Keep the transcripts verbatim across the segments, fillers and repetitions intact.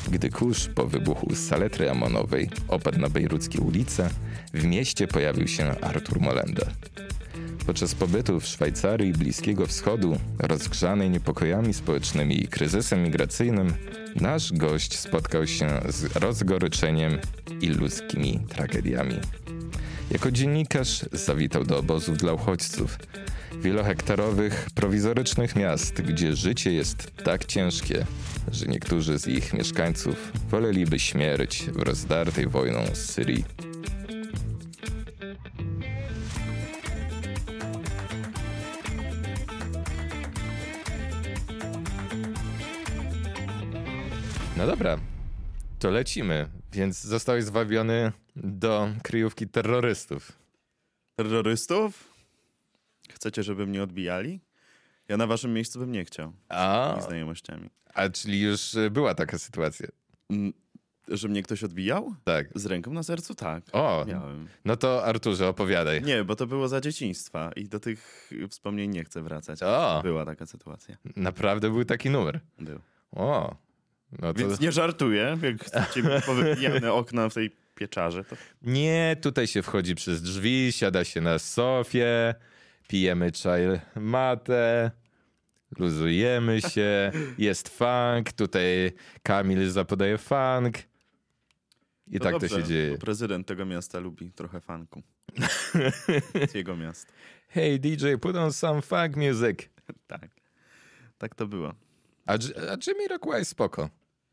Gdy kurz po wybuchu saletry amonowej opadł na bejruckie ulice, w mieście pojawił się Artur Molenda. Podczas pobytu w Szwajcarii i Bliskiego Wschodu, rozgrzanej niepokojami społecznymi i kryzysem migracyjnym, nasz gość spotkał się z rozgoryczeniem i ludzkimi tragediami. Jako dziennikarz zawitał do obozów dla uchodźców, wielohektarowych, prowizorycznych miast, gdzie życie jest tak ciężkie, że niektórzy z ich mieszkańców woleliby śmierć w rozdartej wojną Syrii. No dobra, to lecimy, więc zostałeś zwabiony do kryjówki terrorystów. Terrorystów? Chcecie, żeby mnie odbijali? Ja na waszym miejscu bym nie chciał. A, Z znajomościami. a czyli już była taka sytuacja? Mm, Że mnie ktoś odbijał? Tak. Z ręką na sercu? Tak. O, Miałem. no to Arturze, opowiadaj. Nie, bo to było za dzieciństwa i do tych wspomnień nie chcę wracać. O. Była taka sytuacja. Naprawdę był taki numer. Był. O, no to... Więc nie żartuję, jak chcecie mieć powypijane okna w tej pieczarze. To... Nie, tutaj się wchodzi przez drzwi, siada się na sofie, pijemy czaj matę, luzujemy się, jest funk, tutaj Kamil zapodaje funk i No tak dobrze, to się dzieje. bo prezydent tego miasta lubi trochę funku. Z jego miasta. Hey D J, put on some funk music. Tak. Tak to było. A, a Jamiroquai spoko.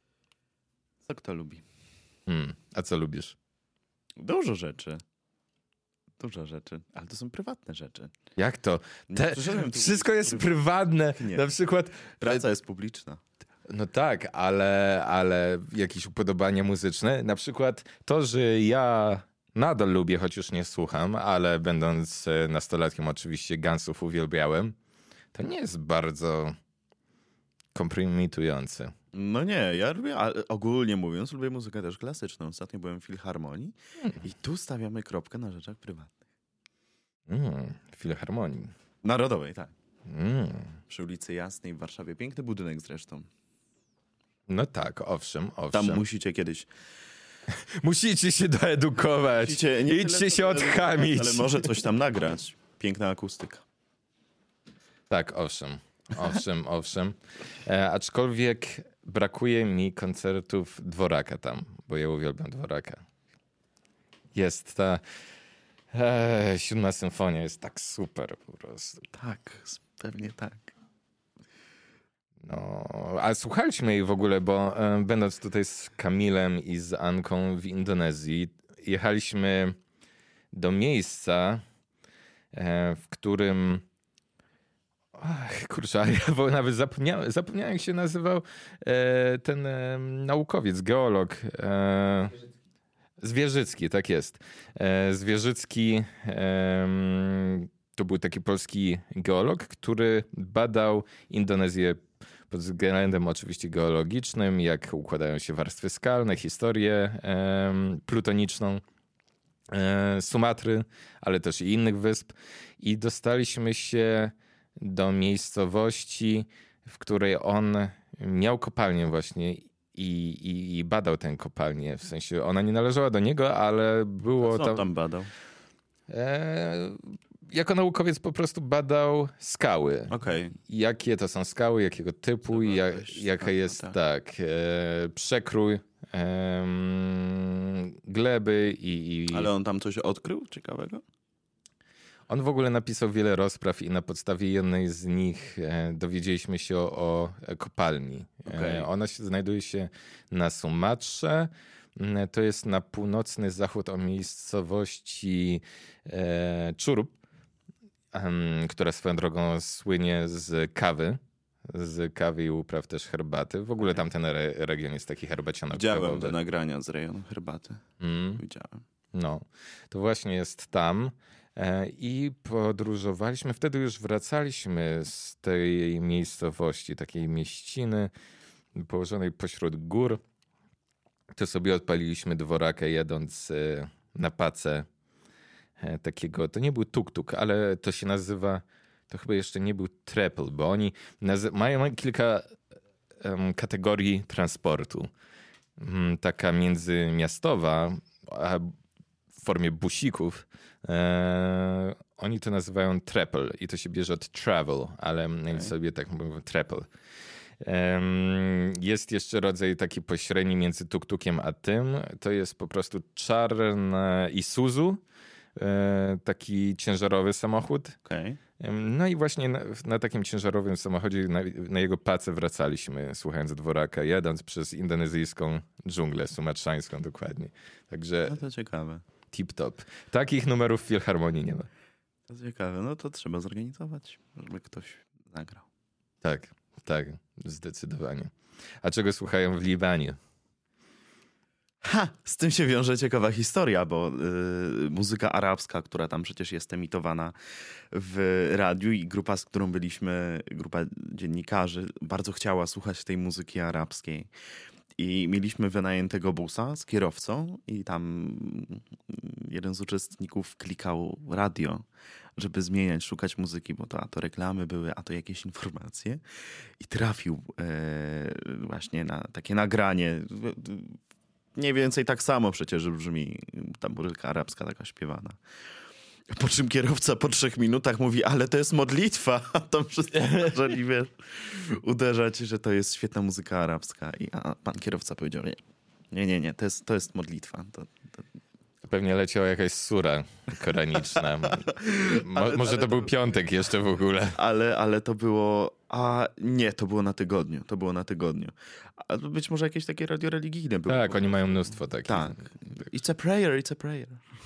Co kto lubi? Hmm, a co lubisz? Dużo rzeczy. Dużo rzeczy. Ale to są prywatne rzeczy. Jak to? Nie Te, przyszedłem tu- wszystko jest prywa- prywatne. Nie. Na przykład... Praca jest publiczna. No tak, ale, ale jakieś upodobania muzyczne, na przykład to, że ja nadal lubię, choć już nie słucham, ale będąc e, nastolatkiem oczywiście Gunsów uwielbiałem, to nie jest bardzo kompromitujące. No nie, ja lubię, ale ogólnie mówiąc, lubię muzykę też klasyczną. Ostatnio byłem w Filharmonii Hmm. i tu stawiamy kropkę na rzeczach prywatnych. Mm, Filharmonii. Narodowej, tak. Mm. Przy ulicy Jasnej w Warszawie. Piękny budynek zresztą. No tak, owszem, owszem. Tam musicie kiedyś... Musicie się doedukować. Musicie, nie Idźcie tyle, się co- odchamić. Ale może coś tam nagrać. Piękna akustyka. Tak, owszem. Owszem, owszem. E, aczkolwiek brakuje mi koncertów Dworaka tam, bo ja uwielbiam Dworaka. Jest ta e, siódma symfonia, jest tak super po prostu. Tak, pewnie tak. No, a słuchaliśmy jej w ogóle, bo e, będąc tutaj z Kamilem i z Anką w Indonezji, jechaliśmy do miejsca, e, w którym... Ach, kurczę, ja bo nawet zapomniałem, zapomniałem, jak się nazywał e, ten e, naukowiec, geolog. E, Zwierzycki, tak jest. E, Zwierzycki e, to był taki polski geolog, który badał Indonezję pod względem oczywiście geologicznym, jak układają się warstwy skalne, historię e, plutoniczną e, Sumatry, ale też i innych wysp. I dostaliśmy się do miejscowości, w której on miał kopalnię właśnie i, i, i badał tę kopalnię. W sensie ona nie należała do niego, ale było Co tam... tam badał? E, jako naukowiec po prostu badał skały. Okej. Okay. Jakie to są skały, jakiego typu i jak, jaka tak, jest tak. tak, e, przekrój e, gleby i, i... Ale on tam coś odkrył ciekawego? On w ogóle napisał wiele rozpraw i na podstawie jednej z nich e, dowiedzieliśmy się o, o kopalni. Okay. E, ona się znajduje się na Sumatrze. E, to jest na północny zachód od miejscowości e, Churup, e, która swoją drogą słynie z kawy. Z kawy i upraw też herbaty. W ogóle tamten re- region jest taki herbaciano-kawowy. Widziałem te nagrania z rejonu herbaty. Mm. Widziałem. No, to właśnie jest tam. I podróżowaliśmy, wtedy już wracaliśmy z tej miejscowości, takiej mieściny położonej pośród gór. To sobie odpaliliśmy Dworaka jedąc na pacę takiego, to nie był tuk-tuk, ale to się nazywa, to chyba jeszcze nie był triple, bo oni nazy- mają kilka um, kategorii transportu. mm, taka międzymiastowa, a w formie busików. E, oni to nazywają treple i to się bierze od travel, ale okay. oni sobie tak mówią treple. E, jest jeszcze rodzaj taki pośredni między tuk-tukiem a tym. To jest po prostu czarny Isuzu, e, taki ciężarowy samochód. Okay. No i właśnie na, na takim ciężarowym samochodzie na, na jego pacę wracaliśmy, słuchając Dworaka, jadąc przez indonezyjską dżunglę, sumatrzańską dokładnie. Także no to ciekawe. Tip-top. Takich numerów w Filharmonii nie ma. To ciekawe. No to trzeba zorganizować, żeby ktoś nagrał. Tak, tak, zdecydowanie. A czego słuchają w Libanie? Ha! Z tym się wiąże ciekawa historia, bo y, muzyka arabska, która tam przecież jest emitowana w radiu i grupa, z którą byliśmy, grupa dziennikarzy, bardzo chciała słuchać tej muzyki arabskiej. I mieliśmy wynajętego busa z kierowcą i tam jeden z uczestników klikał radio, żeby zmieniać, szukać muzyki, bo to a to reklamy były, a to jakieś informacje. I trafił e, właśnie na takie nagranie. Mniej więcej tak samo przecież brzmi ta muzyka arabska taka śpiewana. Po czym kierowca po trzech minutach mówi, ale to jest modlitwa. A tam wszyscy zaczęli, wiesz, uderzać, że to jest świetna muzyka arabska. I a pan kierowca powiedział, nie, nie, nie, nie to, jest, to jest modlitwa. To, to... Pewnie leciała jakaś sura koraniczna. Mo, ale, może ale to był to... piątek jeszcze w ogóle. Ale, ale to było... A nie, to było na tygodniu. To było na tygodniu. A być może jakieś takie radio religijne było. Tak, oni mają mnóstwo takich. Tak. It's a prayer, it's a prayer.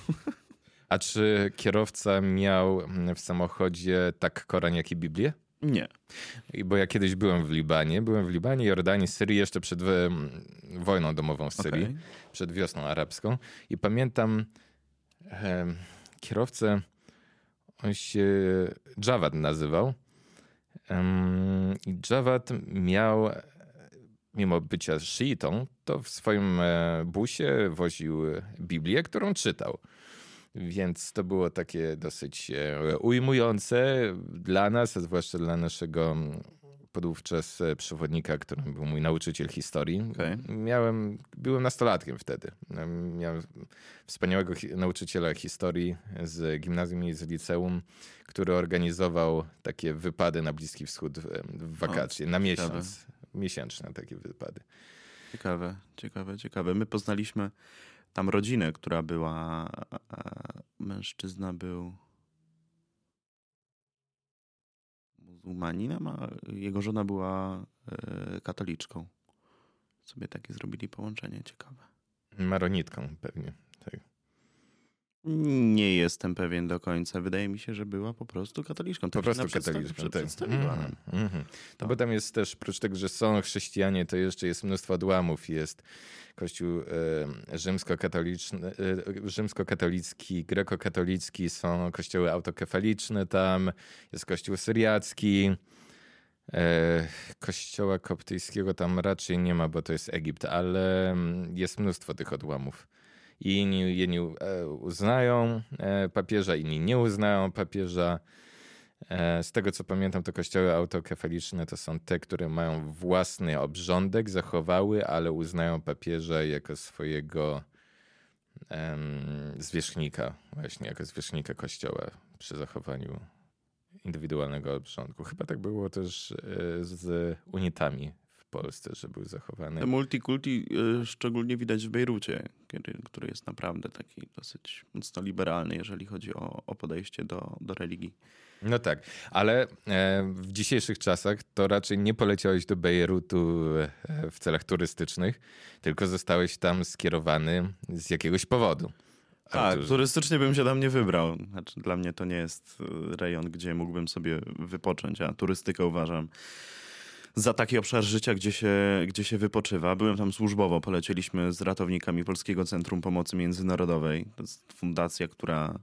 A czy kierowca miał w samochodzie tak Koran, jak i Biblię? Nie. Bo ja kiedyś byłem w Libanie. Byłem w Libanie, Jordanii, Syrii jeszcze przed wojną domową w Syrii. Okay. Przed wiosną arabską. I pamiętam e, kierowcę, on się Jawad nazywał. Um, I Jawad miał, mimo bycia szyitą, to w swoim busie woził Biblię, którą czytał. Więc to było takie dosyć ujmujące dla nas, a zwłaszcza dla naszego podówczas przewodnika, którym był mój nauczyciel historii. Okay. Miałem, byłem nastolatkiem wtedy. Miałem wspaniałego hi- nauczyciela historii z gimnazjum i z liceum, który organizował takie wypady na Bliski Wschód w wakacje, o, na miesiąc. Ciekawe. Miesięczne takie wypady. Ciekawe, ciekawe, ciekawe. My poznaliśmy tam rodzinę, która była, mężczyzna był muzułmaninem, a jego żona była katoliczką. Sobie takie zrobili połączenie ciekawe. Maronitką pewnie, tak. Nie jestem pewien do końca. Wydaje mi się, że była po prostu katoliczką. Po prostu katoliczką, tak. Przedstawiła. Mm, mm, mm. No bo tam jest też, oprócz tego, że są chrześcijanie, to jeszcze jest mnóstwo odłamów. Jest Kościół e, rzymskokatoliczny, e, rzymskokatolicki, grekokatolicki, są kościoły autokefaliczne tam, jest kościół syriacki. E, kościoła koptyjskiego tam raczej nie ma, bo to jest Egipt, ale jest mnóstwo tych odłamów. I inni, jedni uznają papieża, inni nie uznają papieża. Z tego, co pamiętam, to kościoły autokefaliczne to są te, które mają własny obrządek, zachowały, ale uznają papieża jako swojego um, zwierzchnika, właśnie jako zwierzchnika kościoła przy zachowaniu indywidualnego obrządku. Chyba tak było też z unitami w Polsce, że był zachowany. Multikulti szczególnie widać w Bejrucie, kiedy, który jest naprawdę taki dosyć mocno liberalny, jeżeli chodzi o, o podejście do, do religii. No tak, ale w dzisiejszych czasach to raczej nie poleciałeś do Bejrutu w celach turystycznych, tylko zostałeś tam skierowany z jakiegoś powodu. Tak, Arturze. Turystycznie bym się tam nie wybrał. Znaczy, dla mnie to nie jest rejon, gdzie mógłbym sobie wypocząć, a turystykę uważam za taki obszar życia, gdzie się, gdzie się wypoczywa. Byłem tam służbowo, polecieliśmy z ratownikami Polskiego Centrum Pomocy Międzynarodowej. To jest fundacja, która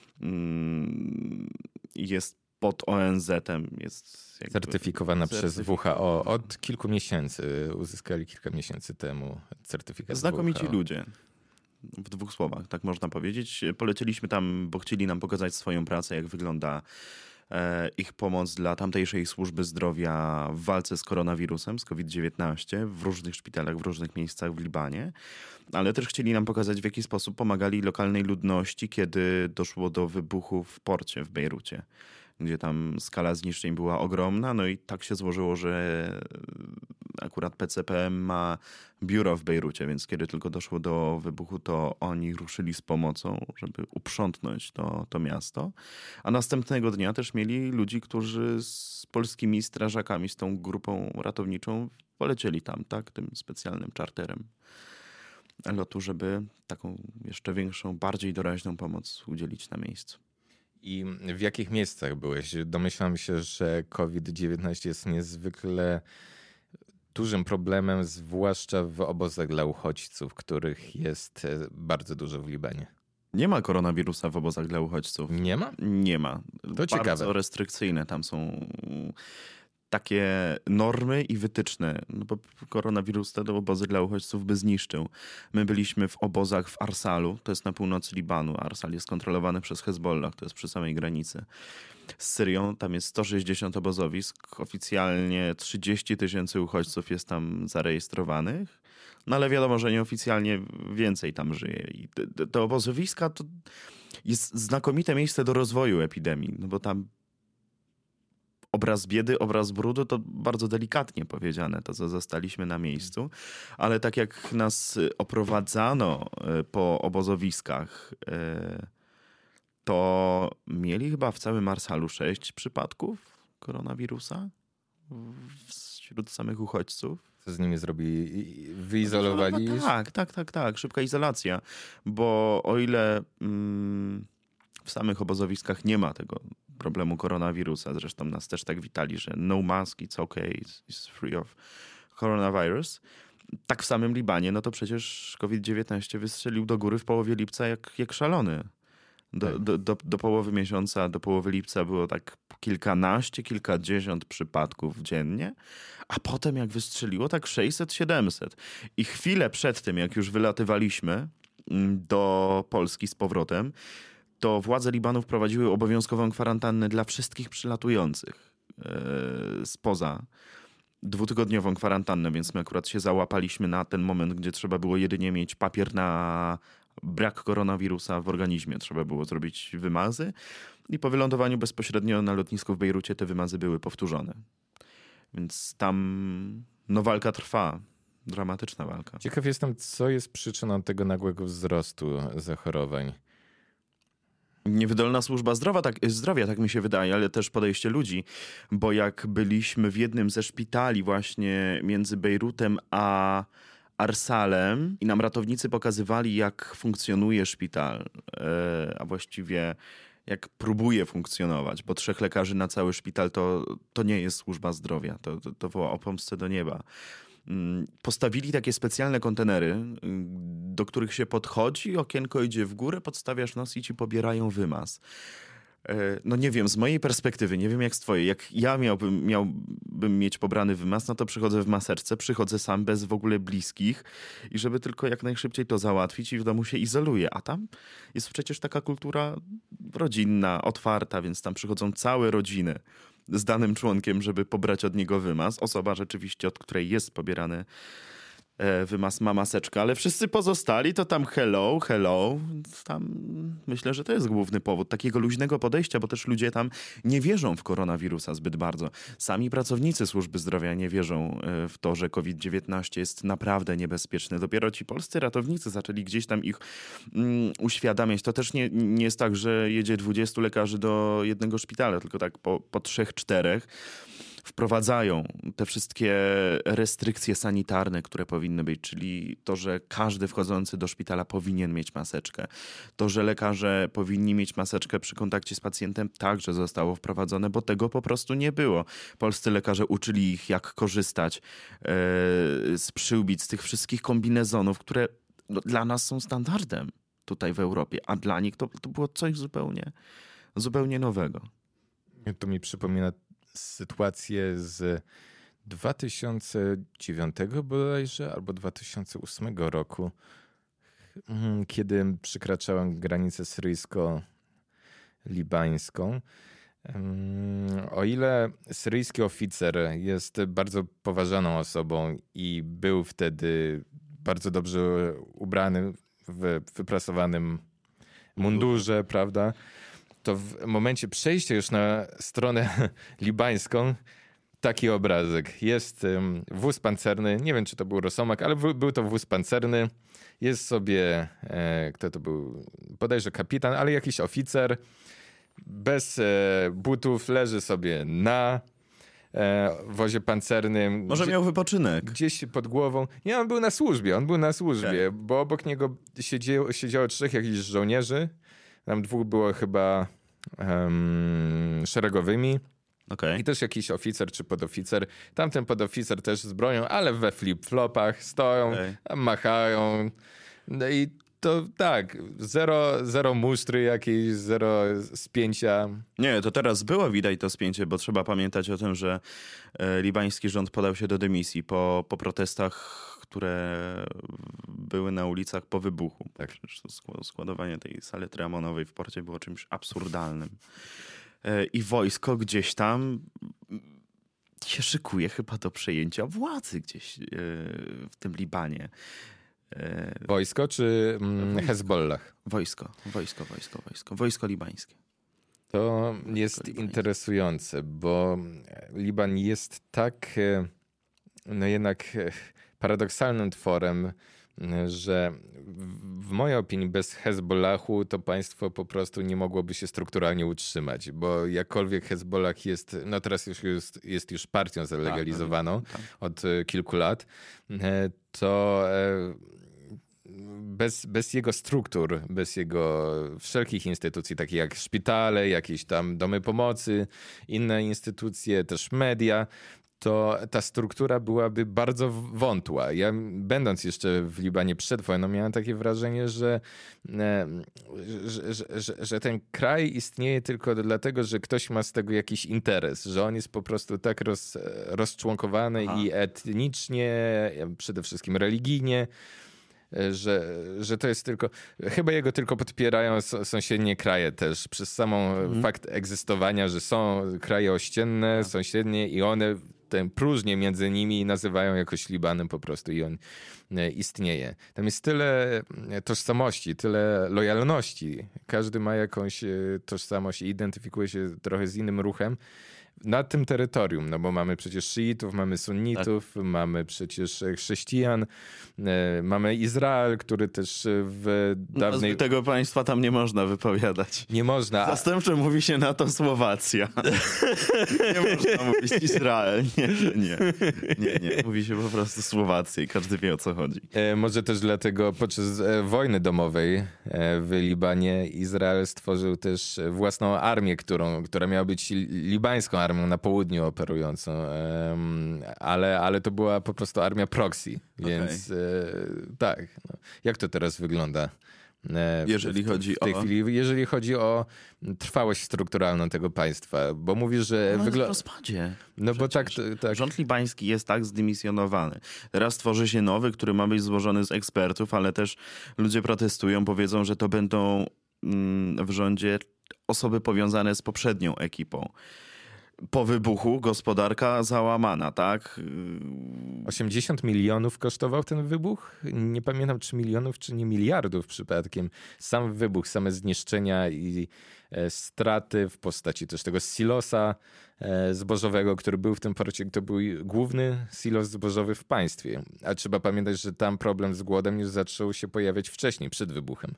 mm, jest pod O N Z-em. Jest jakby certyfikowana przez W H O. Od kilku miesięcy, uzyskali kilka miesięcy temu certyfikat Znakomici W H O. ludzie. W dwóch słowach, tak można powiedzieć. Polecieliśmy tam, bo chcieli nam pokazać swoją pracę, jak wygląda ich pomoc dla tamtejszej służby zdrowia w walce z koronawirusem, z kowid dziewiętnaście w różnych szpitalach, w różnych miejscach w Libanie, ale też chcieli nam pokazać, w jaki sposób pomagali lokalnej ludności, kiedy doszło do wybuchu w porcie w Bejrucie, gdzie tam skala zniszczeń była ogromna. No i tak się złożyło, że akurat P C P M ma biuro w Bejrucie, więc kiedy tylko doszło do wybuchu, to oni ruszyli z pomocą, żeby uprzątnąć to, to miasto. A następnego dnia też mieli ludzi, którzy z polskimi strażakami, z tą grupą ratowniczą polecieli tam, tak, tym specjalnym czarterem lotu, żeby taką jeszcze większą, bardziej doraźną pomoc udzielić na miejscu. I w jakich miejscach byłeś? Domyślam się, że kowid dziewiętnaście jest niezwykle dużym problemem, zwłaszcza w obozach dla uchodźców, których jest bardzo dużo w Libanie. Nie ma koronawirusa w obozach dla uchodźców. Nie ma? Nie ma. To Bardzo ciekawe. restrykcyjne tam są takie normy i wytyczne. No bo koronawirus te obozy dla uchodźców by zniszczył. My byliśmy w obozach w Arsalu, to jest na północy Libanu. Arsal jest kontrolowany przez Hezbollah, to jest przy samej granicy z Syrią. Tam jest sto sześćdziesiąt obozowisk. Oficjalnie trzydzieści tysięcy uchodźców jest tam zarejestrowanych. No ale wiadomo, że nieoficjalnie więcej tam żyje. I te, te, te obozowiska to jest znakomite miejsce do rozwoju epidemii, no bo tam obraz biedy, obraz brudu to bardzo delikatnie powiedziane, to co zostaliśmy na miejscu, ale tak jak nas oprowadzano po obozowiskach, to mieli chyba w całym Arsalu sześć przypadków koronawirusa wśród samych uchodźców. Co z nimi zrobili? Wyizolowali? No, tak, tak, tak, tak. Szybka izolacja, bo o ile mm, w samych obozowiskach nie ma tego problemu koronawirusa, zresztą nas też tak witali, że no mask, it's okay, it's, it's free of coronavirus, tak w samym Libanie, no to przecież kowid dziewiętnaście wystrzelił do góry w połowie lipca jak, jak szalony. Do, do, do, do połowy miesiąca, do połowy lipca było tak kilkanaście, kilkadziesiąt przypadków dziennie, a potem jak wystrzeliło tak sześćset, siedemset. I chwilę przed tym, jak już wylatywaliśmy do Polski z powrotem, to władze Libanu wprowadziły obowiązkową kwarantannę dla wszystkich przylatujących yy, spoza. Dwutygodniową kwarantannę, więc my akurat się załapaliśmy na ten moment, gdzie trzeba było jedynie mieć papier na brak koronawirusa w organizmie. Trzeba było zrobić wymazy i po wylądowaniu bezpośrednio na lotnisku w Bejrucie te wymazy były powtórzone. Więc tam no walka trwa. Dramatyczna walka. Ciekaw jestem, co jest przyczyną tego nagłego wzrostu zachorowań. Niewydolna służba zdrowia tak, zdrowia, tak mi się wydaje, ale też podejście ludzi, bo jak byliśmy w jednym ze szpitali właśnie między Bejrutem a Arsalem i nam ratownicy pokazywali, jak funkcjonuje szpital, a właściwie jak próbuje funkcjonować, bo trzech lekarzy na cały szpital to, to nie jest służba zdrowia, to, to, to woła o pomstę do nieba. Postawili takie specjalne kontenery, do których się podchodzi, okienko idzie w górę, podstawiasz nos i ci pobierają wymaz. No nie wiem, z mojej perspektywy, nie wiem jak z twojej, jak ja miałbym, miałbym mieć pobrany wymaz, no to przychodzę w maseczce, przychodzę sam bez w ogóle bliskich i żeby tylko jak najszybciej to załatwić i w domu się izoluję. A tam jest przecież taka kultura rodzinna, otwarta, więc tam przychodzą całe rodziny z danym członkiem, żeby pobrać od niego wymaz. Osoba rzeczywiście, od której jest pobierany wymaz, ma maseczkę, ale wszyscy pozostali to tam hello, hello. Tam myślę, że to jest główny powód takiego luźnego podejścia, bo też ludzie tam nie wierzą w koronawirusa zbyt bardzo. Sami pracownicy służby zdrowia nie wierzą w to, że kowid dziewiętnaście jest naprawdę niebezpieczny. Dopiero ci polscy ratownicy zaczęli gdzieś tam ich um, uświadamiać. To też nie, nie jest tak, że jedzie dwudziestu lekarzy do jednego szpitala, tylko tak po, po trzech, czterech. Wprowadzają te wszystkie restrykcje sanitarne, które powinny być, czyli to, że każdy wchodzący do szpitala powinien mieć maseczkę. To, że lekarze powinni mieć maseczkę przy kontakcie z pacjentem, także zostało wprowadzone, bo tego po prostu nie było. Polscy lekarze uczyli ich, jak korzystać e, z przyłbic, z tych wszystkich kombinezonów, które no, dla nas są standardem tutaj w Europie, a dla nich to, to było coś zupełnie, zupełnie nowego. To mi przypomina sytuację z dwa tysiące dziewiątego bodajże albo dwa tysiące ósmego roku, kiedy przekraczałem granicę syryjsko-libańską O ile syryjski oficer jest bardzo poważaną osobą i był wtedy bardzo dobrze ubrany w wyprasowanym mundurze, prawda, to w momencie przejścia już na stronę libańską taki obrazek. Jest wóz pancerny, nie wiem czy to był Rosomak, ale był to wóz pancerny. Jest sobie, e, kto to był, bodajże kapitan, ale jakiś oficer bez e, butów leży sobie na e, wozie pancernym. Może gdzie, miał wypoczynek. Gdzieś pod głową. Nie, on był na służbie, on był na służbie, okay. Bo obok niego siedziało, siedziało trzech jakichś żołnierzy. Tam dwóch było chyba um, szeregowymi. Okay. I też jakiś oficer czy podoficer. Tamten podoficer też z bronią, ale we flip-flopach stoją, okay. machają. No i to tak, zero, zero musztry jakiejś, zero spięcia. Nie, to teraz było widać to spięcie, bo trzeba pamiętać o tym, że e, libański rząd podał się do dymisji po, po protestach, które były na ulicach po wybuchu. Tak. Składowanie tej salety amonowej w porcie było czymś absurdalnym. E, I wojsko gdzieś tam się szykuje chyba do przejęcia władzy gdzieś e, w tym Libanie. Wojsko czy mm, Hezbollah? Wojsko, wojsko, wojsko, wojsko. Wojsko libańskie. To wojsko jest libańskie. Interesujące, bo Liban jest tak no jednak paradoksalnym tworem, że w mojej opinii bez Hezbollahu to państwo po prostu nie mogłoby się strukturalnie utrzymać, bo jakkolwiek Hezbollah jest, no teraz już jest, jest już partią zalegalizowaną tak, tak. od kilku lat, to bez, bez jego struktur, bez jego wszelkich instytucji, takich jak szpitale, jakieś tam domy pomocy, inne instytucje, też media, to ta struktura byłaby bardzo wątła. Ja będąc jeszcze w Libanie przed wojną miałem takie wrażenie, że, że, że, że, że ten kraj istnieje tylko dlatego, że ktoś ma z tego jakiś interes, że on jest po prostu tak roz, rozczłonkowany Aha. i etnicznie, przede wszystkim religijnie, Że, że to jest tylko, chyba jego tylko podpierają sąsiednie kraje też przez samą mhm. fakt egzystowania, że są kraje ościenne, tak. sąsiednie i one tę próżnię między nimi nazywają jakoś Libanem po prostu i on istnieje. Tam jest tyle tożsamości, tyle lojalności. Każdy ma jakąś tożsamość i identyfikuje się trochę z innym ruchem na tym terytorium, no bo mamy przecież szyitów, mamy sunnitów, tak. mamy przecież chrześcijan, e, mamy Izrael, który też w dawnej... Nazwy tego państwa tam nie można wypowiadać. Nie można. Zastępczo mówi się na to Słowacja. Nie można mówić Izrael. Nie, nie, nie, nie. Mówi się po prostu Słowacja i każdy wie, o co chodzi. E, może też dlatego podczas e, wojny domowej e, w Libanie Izrael stworzył też własną armię, którą, która miała być libańską armią, na południu operującą, ale, ale to była po prostu armia proxy, więc okay. tak. No. Jak to teraz wygląda? W, jeżeli w, chodzi w tej o... chwili, jeżeli chodzi o trwałość strukturalną tego państwa, bo mówisz, że... No wygl... w rozpadzie. No bo tak, tak. Rząd libański jest tak zdymisjonowany. Teraz tworzy się nowy, który ma być złożony z ekspertów, ale też ludzie protestują, powiedzą, że to będą mm, w rządzie osoby powiązane z poprzednią ekipą. Po wybuchu gospodarka załamana, tak? osiemdziesiąt milionów kosztował ten wybuch? Nie pamiętam, czy milionów, czy nie miliardów przypadkiem. Sam wybuch, same zniszczenia i e, straty w postaci też tego silosa e, zbożowego, który był w tym porcie. To był główny silos zbożowy w państwie. A trzeba pamiętać, że tam problem z głodem już zaczął się pojawiać wcześniej, przed wybuchem.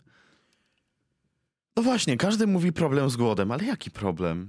No właśnie, każdy mówi problem z głodem, ale jaki problem?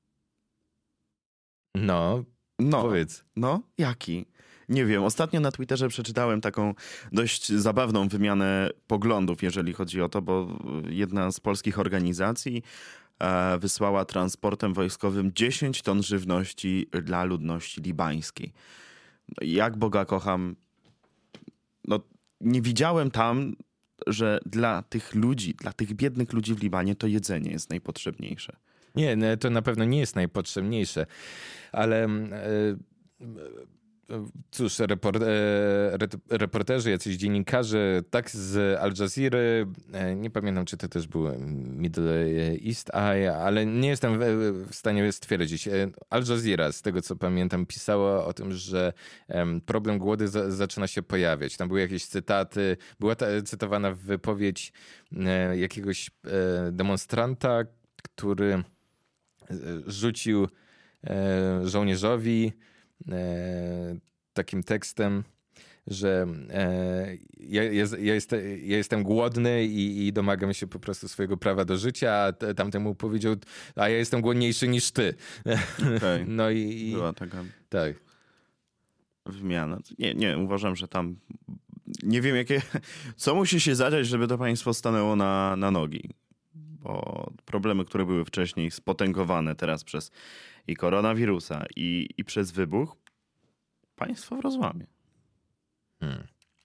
No, no, powiedz. No, jaki? Nie wiem. Ostatnio na Twitterze przeczytałem taką dość zabawną wymianę poglądów, jeżeli chodzi o to, bo jedna z polskich organizacji e, wysłała transportem wojskowym dziesięć ton żywności dla ludności libańskiej. No, jak Boga kocham, no nie widziałem tam, że dla tych ludzi, dla tych biednych ludzi w Libanie to jedzenie jest najpotrzebniejsze. Nie, to na pewno nie jest najpotrzebniejsze, ale cóż, report, e, reporterzy, jacyś dziennikarze, tak z Al Jazeery, e, nie pamiętam, czy to też był Middle East Eye, ale nie jestem w, w stanie stwierdzić. E, Al Jazeera, z tego co pamiętam, pisała o tym, że e, problem głodu za, zaczyna się pojawiać. Tam były jakieś cytaty, była ta, cytowana wypowiedź e, jakiegoś e, demonstranta, który e, rzucił e, żołnierzowi E, takim tekstem, że e, ja, jest, ja, jest, ja jestem głodny i, i domagam się po prostu swojego prawa do życia, a tamtemu powiedział, a ja jestem głodniejszy niż ty. Okay. No i, i... Była taka tak. wymiana. Nie, nie, uważam, że tam nie wiem, jakie co musi się zadziać, żeby to państwo stanęło na, na nogi. Bo problemy, które były wcześniej spotęgowane teraz przez i koronawirusa, i, i przez wybuch, państwo w rozłamie. Hmm.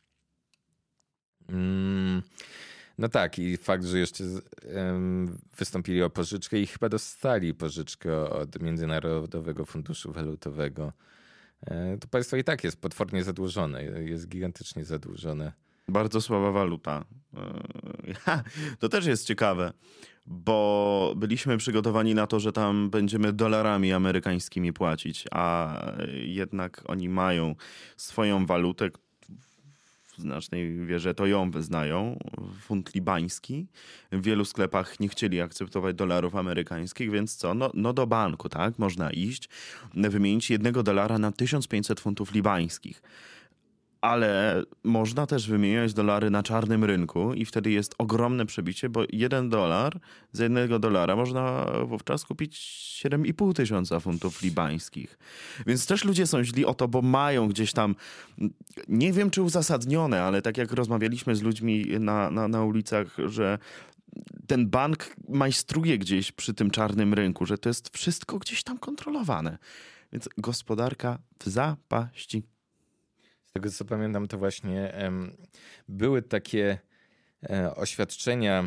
Mm, no tak, i fakt, że jeszcze um, wystąpili o pożyczkę i chyba dostali pożyczkę od Międzynarodowego Funduszu Walutowego. E, to państwo i tak jest potwornie zadłużone, jest gigantycznie zadłużone. Bardzo słaba waluta. To też jest ciekawe, bo byliśmy przygotowani na to, że tam będziemy dolarami amerykańskimi płacić, a jednak oni mają swoją walutę, w znacznej mierze to ją wyznają, funt libański. W wielu sklepach nie chcieli akceptować dolarów amerykańskich, więc co? No, no do banku, tak? Można iść, wymienić jednego dolara na tysiąc pięćset funtów libańskich. Ale można też wymieniać dolary na czarnym rynku i wtedy jest ogromne przebicie, bo jeden dolar, za jednego dolara można wówczas kupić siedem i pół tysiąca funtów libańskich. Więc też ludzie są źli o to, bo mają gdzieś tam, nie wiem czy uzasadnione, ale tak jak rozmawialiśmy z ludźmi na, na, na ulicach, że ten bank majstruje gdzieś przy tym czarnym rynku, że to jest wszystko gdzieś tam kontrolowane. Więc gospodarka w zapaści. Z tego co pamiętam, to właśnie um, były takie e, oświadczenia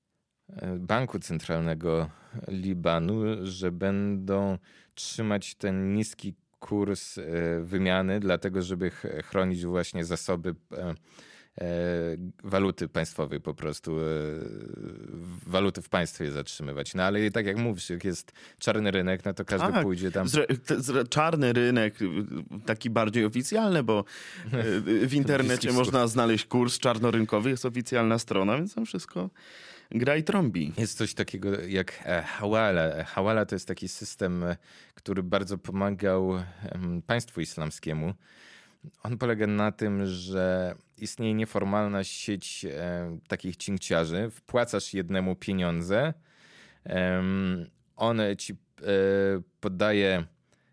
Banku Centralnego Libanu, że będą trzymać ten niski kurs e, wymiany, dlatego żeby ch- chronić właśnie zasoby e, e, waluty państwowej, po prostu e, waluty w państwie zatrzymywać. No ale tak jak mówisz, jak jest czarny rynek, no to każdy tak, pójdzie tam. Zre, zre, czarny rynek, taki bardziej oficjalny, bo w internecie można znaleźć kurs czarnorynkowy, jest oficjalna strona, więc tam wszystko gra i trąbi. Jest coś takiego jak Hawala. Hawala to jest taki system, który bardzo pomagał państwu islamskiemu. On polega na tym, że istnieje nieformalna sieć e, takich cinkciarzy. Wpłacasz jednemu pieniądze, e, on ci e, podaje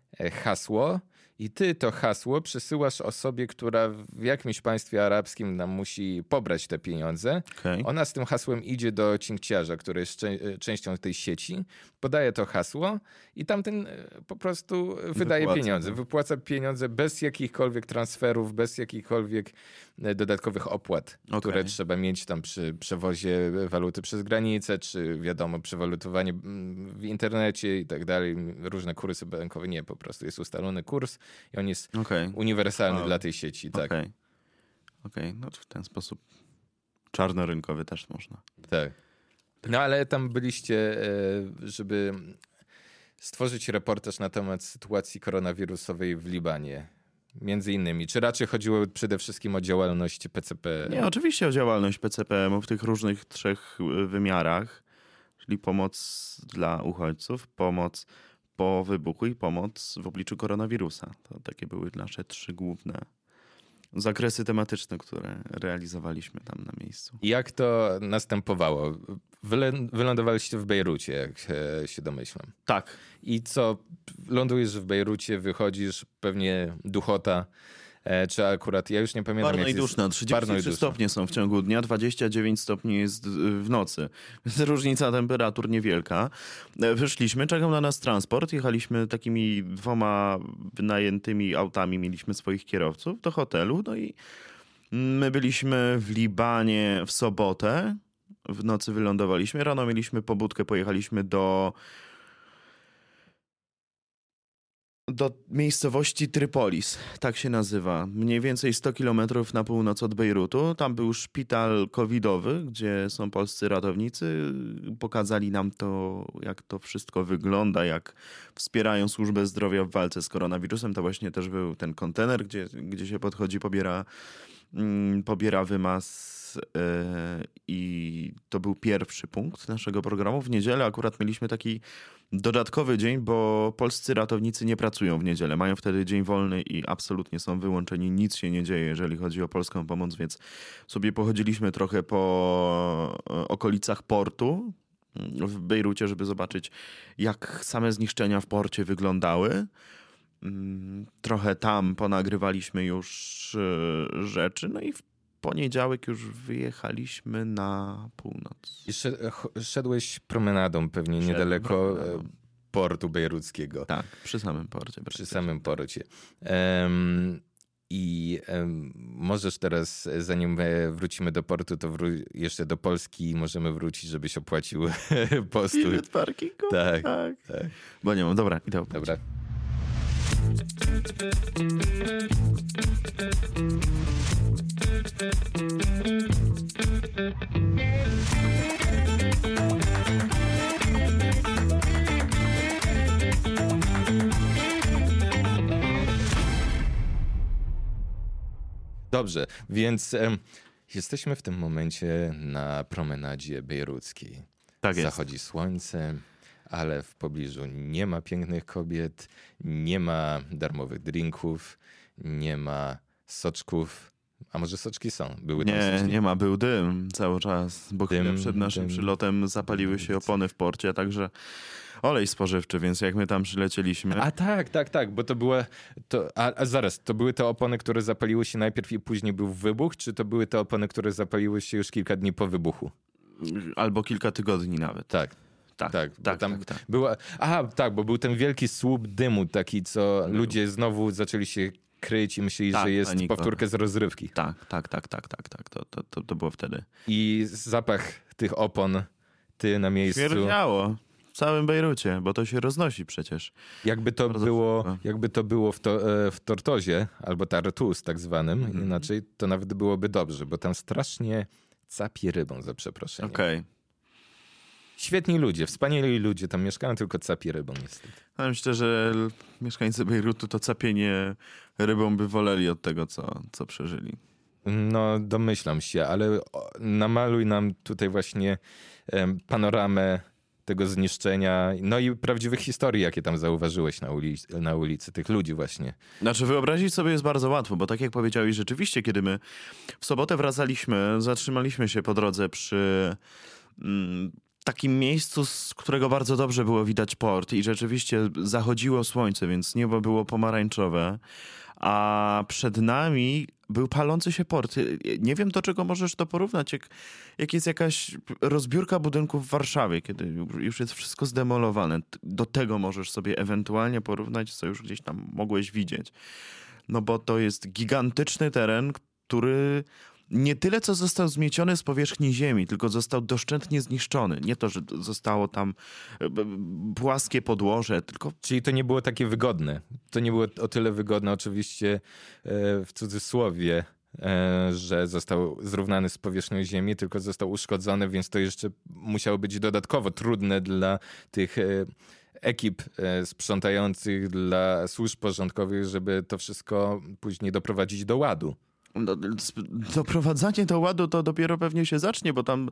hasło i ty to hasło przesyłasz osobie, która w jakimś państwie arabskim nam musi pobrać te pieniądze. Okay. Ona z tym hasłem idzie do cinkciarza, który jest cze- częścią tej sieci, podaje to hasło i tamten po prostu wydaje Wypłaca, pieniądze. tak. Wypłaca pieniądze bez jakichkolwiek transferów, bez jakichkolwiek dodatkowych opłat, Okay. które trzeba mieć tam przy przewozie waluty przez granicę, czy wiadomo, przewalutowanie w internecie i tak dalej. Różne kursy bankowe. Nie, po prostu jest ustalony kurs i on jest Okay. uniwersalny Wow. dla tej sieci. Tak. Okej, okay. okay. No to w ten sposób czarnorynkowy też można. Tak. No ale tam byliście, żeby stworzyć reportaż na temat sytuacji koronawirusowej w Libanie. Między innymi. Czy raczej chodziło przede wszystkim o działalność P C P? Nie, oczywiście o działalność P C P M w tych różnych trzech wymiarach, czyli pomoc dla uchodźców, pomoc po wybuchu i pomoc w obliczu koronawirusa. To takie były nasze trzy główne zakresy tematyczne, które realizowaliśmy tam na miejscu. Jak to następowało? Wylę- wylądowaliście w Bejrucie, jak się, się domyślam. Tak. I co? Lądujesz w Bejrucie, wychodzisz, pewnie duchota, e, czy akurat, ja już nie pamiętam. Parno jak i duszno. jest, trzydzieści trzy stopnie są w ciągu dnia, dwadzieścia dziewięć stopni jest w nocy. Więc różnica temperatur niewielka. Wyszliśmy, czekał na nas transport. Jechaliśmy takimi dwoma wynajętymi autami, mieliśmy swoich kierowców do hotelu. No i my byliśmy w Libanie w sobotę. W nocy wylądowaliśmy. Rano mieliśmy pobudkę, pojechaliśmy do do miejscowości Trypolis, tak się nazywa. Mniej więcej sto kilometrów na północ od Bejrutu. Tam był szpital covidowy, gdzie są polscy ratownicy. Pokazali nam to, jak to wszystko wygląda, jak wspierają służbę zdrowia w walce z koronawirusem. To właśnie też był ten kontener, gdzie, gdzie się podchodzi, pobiera, mm, pobiera wymaz. I to był pierwszy punkt naszego programu. W niedzielę akurat mieliśmy taki dodatkowy dzień, bo polscy ratownicy nie pracują w niedzielę. Mają wtedy dzień wolny i absolutnie są wyłączeni. Nic się nie dzieje, jeżeli chodzi o polską pomoc, więc sobie pochodziliśmy trochę po okolicach portu w Bejrucie, żeby zobaczyć, jak same zniszczenia w porcie wyglądały. Trochę tam ponagrywaliśmy już rzeczy, no i w poniedziałek już wyjechaliśmy na północ. I szedłeś promenadą pewnie Szedłem niedaleko promenadą. portu bejruckiego. Tak, przy samym porcie. Przy samym porcie. Um, I um, możesz teraz, zanim wrócimy do portu, to wró- jeszcze do Polski możemy wrócić, żebyś opłacił postój. Bilet parkingu? Tak, tak. tak. Bo nie mam. Dobra, idę opłacić. Dobra. Dobrze, więc em, jesteśmy w tym momencie na promenadzie bejruckiej. Tak jest. Zachodzi słońce, ale w pobliżu nie ma pięknych kobiet, nie ma darmowych drinków, nie ma soczków. A może soczki są? Były tam Nie, soczki? nie ma, był dym cały czas, bo Dym, chwilę przed naszym dym. przylotem zapaliły się opony w porcie, a także olej spożywczy, więc jak my tam przylecieliśmy... A tak, tak, tak, bo to była... To, a, a zaraz, to były te opony, które zapaliły się najpierw i później był wybuch, czy to były te opony, które zapaliły się już kilka dni po wybuchu? Albo kilka tygodni nawet. Tak. Tak, Tak, tak, bo tak, tam tak, tak. była... Aha, tak, bo był ten wielki słup dymu taki, co ludzie znowu zaczęli się kryć i myśleli, Tak, że jest panika. powtórka z rozrywki. Tak, tak, tak, tak, tak, tak. To, to, to, to było wtedy. I zapach tych opon, ty na miejscu, Śmierdziało w całym Bejrucie, bo to się roznosi przecież. jakby to Bardzo było, szybko. jakby to było w, to, e, w Tortozie, albo Tartus tak zwanym, Mhm. inaczej to nawet byłoby dobrze, bo tam strasznie capi rybą, za przeproszeniem. Okej. Świetni ludzie, wspaniali ludzie tam mieszkają, tylko capi rybą niestety. Ale myślę, że l- mieszkańcy Bejrutu to capienie rybą by woleli od tego, co, co przeżyli. No, domyślam się, ale o, namaluj nam tutaj właśnie em, panoramę tego zniszczenia, no i prawdziwych historii, jakie tam zauważyłeś na, ulicy, na ulicy, tych ludzi właśnie. Znaczy wyobrazić sobie jest bardzo łatwo, bo tak jak powiedziałeś, rzeczywiście, kiedy my w sobotę wracaliśmy, zatrzymaliśmy się po drodze przy mm, takim miejscu, z którego bardzo dobrze było widać port i rzeczywiście zachodziło słońce, więc niebo było pomarańczowe, a przed nami był palący się port. Nie wiem, do czego możesz to porównać, jak, jak jest jakaś rozbiórka budynków w Warszawie, kiedy już jest wszystko zdemolowane. Do tego możesz sobie ewentualnie porównać, co już gdzieś tam mogłeś widzieć. No bo to jest gigantyczny teren, który nie tyle co został zmieciony z powierzchni ziemi, tylko został doszczętnie zniszczony. Nie to, że zostało tam e, b- płaskie podłoże, tylko Czyli to nie było takie wygodne. To nie było o tyle wygodne oczywiście e, w cudzysłowie, e, że został zrównany z powierzchnią ziemi, tylko został uszkodzony, więc to jeszcze musiało być dodatkowo trudne dla tych e, ekip e, sprzątających, dla służb porządkowych, żeby to wszystko później doprowadzić do ładu. No, doprowadzanie do ładu to dopiero pewnie się zacznie, bo tam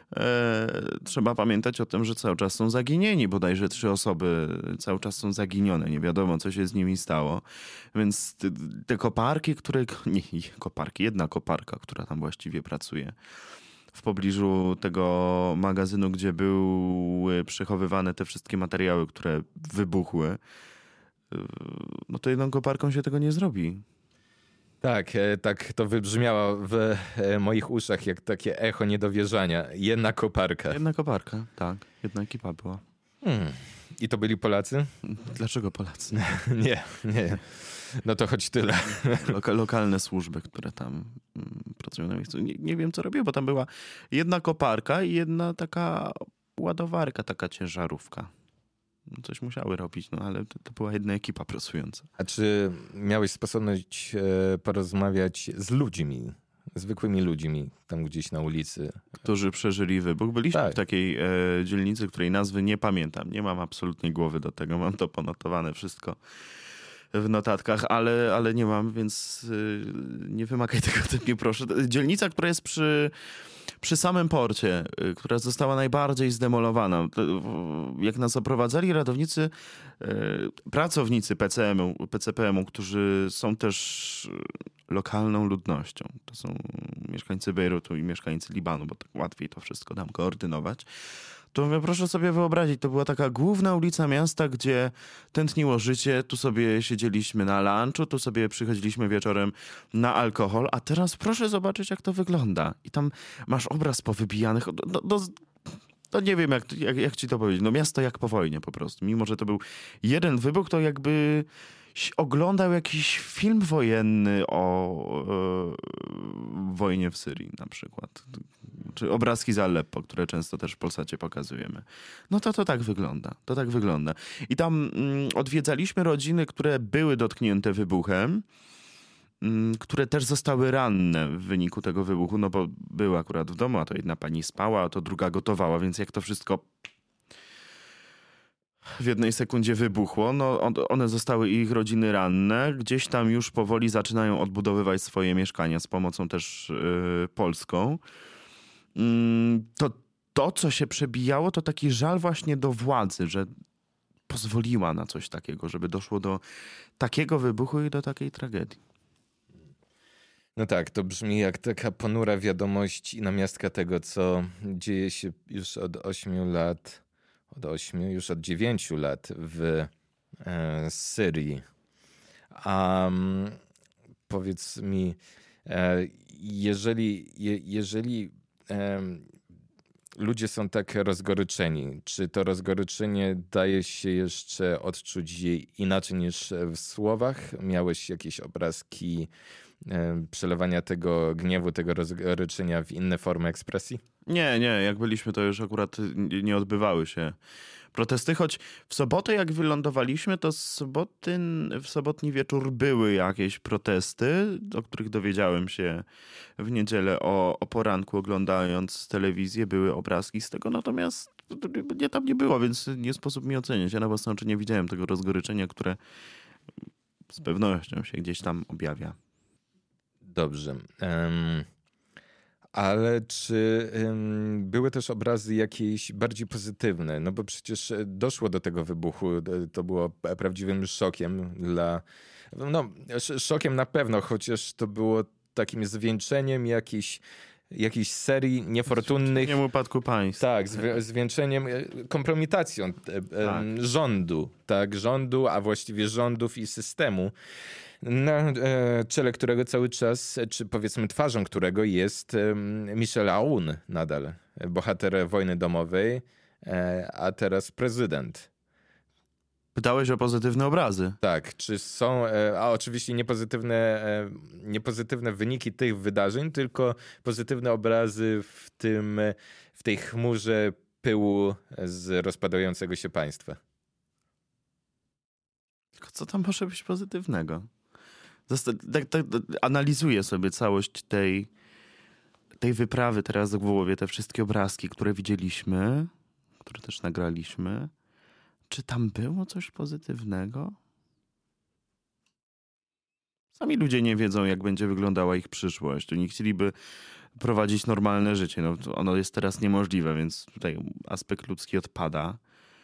e, trzeba pamiętać o tym, że cały czas są zaginieni. Bodajże trzy osoby cały czas są zaginione. Nie wiadomo, co się z nimi stało. Więc te, te koparki, które... Nie, koparki, jedna koparka, która tam właściwie pracuje w pobliżu tego magazynu, gdzie były przechowywane te wszystkie materiały, które wybuchły. E, no to jedną koparką się tego nie zrobi. Tak, e, tak to wybrzmiało w e, moich uszach jak takie echo niedowierzania. Jedna koparka. Jedna koparka, tak. Jedna ekipa była. Hmm. I to byli Polacy? Dlaczego Polacy? Nie, nie. No to choć tyle. Loka- lokalne służby, które tam mm, pracują na miejscu. Nie, nie wiem, co robiły, bo tam była jedna koparka i jedna taka ładowarka, taka ciężarówka. No, coś musiały robić, no ale to, to była jedna ekipa pracująca. A czy miałeś sposobność e, porozmawiać z ludźmi, zwykłymi ludźmi, tam gdzieś na ulicy? Którzy przeżyli wybuch. Byliśmy Tak. w takiej e, dzielnicy, której nazwy nie pamiętam. Nie mam absolutnie głowy do tego. Mam to ponotowane wszystko w notatkach, ale, ale nie mam, więc y, nie wymagaj tego ode mnie, proszę. Dzielnica, która jest przy, przy samym porcie, y, która została najbardziej zdemolowana. To, y, jak nas oprowadzali ratownicy, y, pracownicy P C M-u, P C P M-u, którzy są też lokalną ludnością. To są mieszkańcy Bejrutu i mieszkańcy Libanu, bo tak łatwiej to wszystko tam koordynować. To mówię, proszę sobie wyobrazić, to była taka główna ulica miasta, gdzie tętniło życie, tu sobie siedzieliśmy na lunchu, tu sobie przychodziliśmy wieczorem na alkohol, a teraz proszę zobaczyć, jak to wygląda. I tam masz obraz powybijanych, no, no, no nie wiem, jak, jak, jak ci to powiedzieć, no miasto jak po wojnie po prostu. Mimo, że to był jeden wybuch, to jakby oglądał jakiś film wojenny o e, wojnie w Syrii na przykład. Czy obrazki z Aleppo, które często też w Polsacie pokazujemy. No to to tak wygląda. To tak wygląda. I tam mm, odwiedzaliśmy rodziny, które były dotknięte wybuchem, mm, które też zostały ranne w wyniku tego wybuchu, no bo były akurat w domu, a to jedna pani spała, a to druga gotowała, więc jak to wszystko w jednej sekundzie wybuchło, no one zostały i ich rodziny ranne, gdzieś tam już powoli zaczynają odbudowywać swoje mieszkania z pomocą też yy, polską. Yy, to, to, co się przebijało, to taki żal właśnie do władzy, że pozwoliła na coś takiego, żeby doszło do takiego wybuchu i do takiej tragedii. No tak, to brzmi jak taka ponura wiadomość i namiastka tego, co dzieje się już od ośmiu lat. Od ośmiu, już od dziewięciu lat w e, Syrii. A um, powiedz mi, e, jeżeli, je, jeżeli e, ludzie są tak rozgoryczeni, czy to rozgoryczenie daje się jeszcze odczuć inaczej niż w słowach? Miałeś jakieś obrazki e, przelewania tego gniewu, tego rozgoryczenia w inne formy ekspresji? Nie, nie, jak byliśmy, to już akurat nie odbywały się protesty, choć w sobotę jak wylądowaliśmy, to z soboty, w sobotni wieczór były jakieś protesty, o których dowiedziałem się w niedzielę o, o poranku, oglądając telewizję, były obrazki z tego, natomiast nie tam nie było, więc nie sposób mi oceniać. Ja na własne oczy nie widziałem tego rozgoryczenia, które z pewnością się gdzieś tam objawia. Dobrze. Um... Ale czy ym, były też obrazy jakieś bardziej pozytywne? No bo przecież doszło do tego wybuchu. To było prawdziwym szokiem dla... No, szokiem na pewno, chociaż to było takim zwieńczeniem jakiejś, jakiejś serii niefortunnych... Nie upadku państwa. Tak, zwi- zwieńczeniem, kompromitacją tak. rządu. Tak, rządu, a właściwie rządów i systemu. Na czele którego cały czas, czy powiedzmy twarzą którego jest Michel Aoun nadal, bohater wojny domowej, a teraz prezydent. Pytałeś o pozytywne obrazy. Tak, czy są, a oczywiście nie pozytywne, nie pozytywne wyniki tych wydarzeń, tylko pozytywne obrazy w tym, w tej chmurze pyłu z rozpadającego się państwa. Tylko co tam może być pozytywnego? Zosta- tak, tak, analizuję sobie całość tej, tej wyprawy teraz w głowie, te wszystkie obrazki, które widzieliśmy, które też nagraliśmy. Czy tam było coś pozytywnego? Sami ludzie nie wiedzą, jak będzie wyglądała ich przyszłość. Oni chcieliby prowadzić normalne życie. No, ono jest teraz niemożliwe, więc tutaj aspekt ludzki odpada.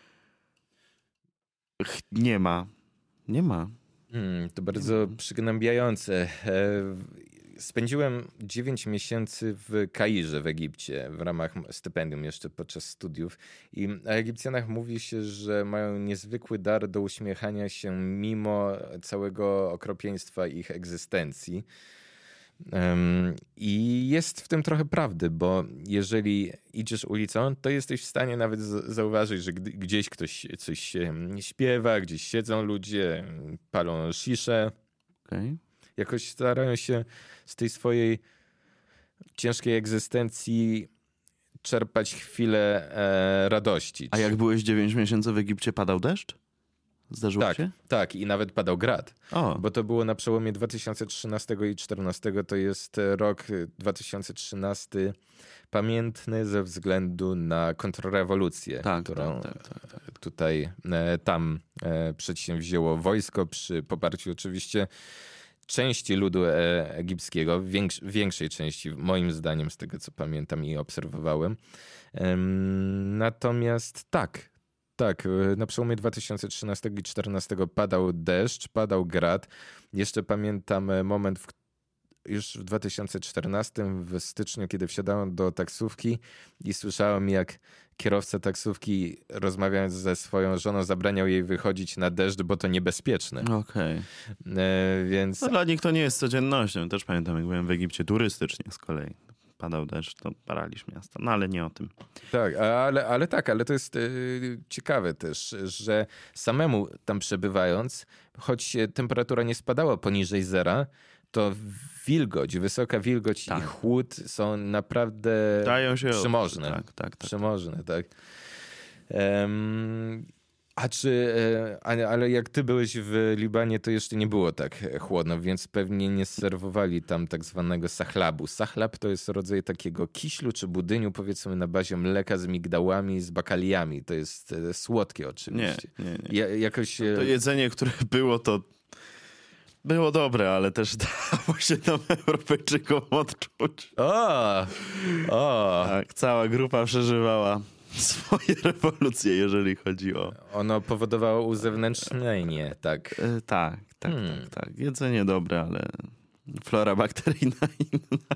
Nie ma. Nie ma. Hmm, to bardzo przygnębiające. Spędziłem dziewięć miesięcy w Kairze w Egipcie w ramach stypendium jeszcze podczas studiów i o Egipcjanach mówi się, że mają niezwykły dar do uśmiechania się mimo całego okropieństwa ich egzystencji. Um, I jest w tym trochę prawdy, bo jeżeli idziesz ulicą, to jesteś w stanie nawet z- zauważyć, że g- gdzieś ktoś coś śpiewa, gdzieś siedzą ludzie, palą sziszę. Okay. Jakoś starają się z tej swojej ciężkiej egzystencji czerpać chwilę e, radości. A jak byłeś dziewięć miesięcy w Egipcie, padał deszcz? Zdarzyło Tak, się? tak. I nawet padał grad. O, Bo to było na przełomie dwa tysiące trzynastego i dwa tysiące czternastego. To jest rok dwa tysiące trzynasty pamiętny ze względu na kontrrewolucję, tak, którą tak, tak, tak, tak. tutaj e, tam e, przedsięwzięło wojsko przy poparciu oczywiście części ludu e, egipskiego, większ, większej części, moim zdaniem, z tego co pamiętam i obserwowałem. Em, natomiast tak, tak, e, na przełomie dwa tysiące trzynastego i dwa tysiące czternastego padał deszcz, padał grad. Jeszcze pamiętam e, moment, w, już w dwa tysiące czternastym w styczniu, kiedy wsiadałem do taksówki i słyszałem, jak kierowca taksówki, rozmawiając ze swoją żoną, zabraniał jej wychodzić na deszcz, bo to niebezpieczne. Okej. E, więc No, dla nich to nie jest codziennością. Też pamiętam, jak byłem w Egipcie turystycznie z kolei. Padał deszcz, to paraliż miasta. No ale nie o tym. tak, ale, ale tak, ale to jest e, ciekawe też, że samemu tam przebywając, choć temperatura nie spadała poniżej zera, to wilgoć, wysoka wilgoć Tak. i chłód są naprawdę Dają się... przemożne. Tak, tak, tak. Przemożne, tak. Em, a czy, e, ale, ale jak ty byłeś w Libanie, to jeszcze nie było tak chłodno, więc pewnie nie serwowali tam tak zwanego sahlabu. Sahlab to jest rodzaj takiego kiślu czy budyniu, powiedzmy na bazie mleka z migdałami, z bakaliami. To jest e, słodkie Nie, oczywiście. nie, nie. Ja, jakoś... e, To jedzenie, które było, to było dobre, ale też dało się nam Europejczykom odczuć. O! O! Tak, cała grupa przeżywała swoje rewolucje, jeżeli chodzi o... Ono powodowało uzewnętrznienie, tak. E, tak, tak, Hmm. tak, tak. Jedzenie dobre, ale flora bakteryjna inna.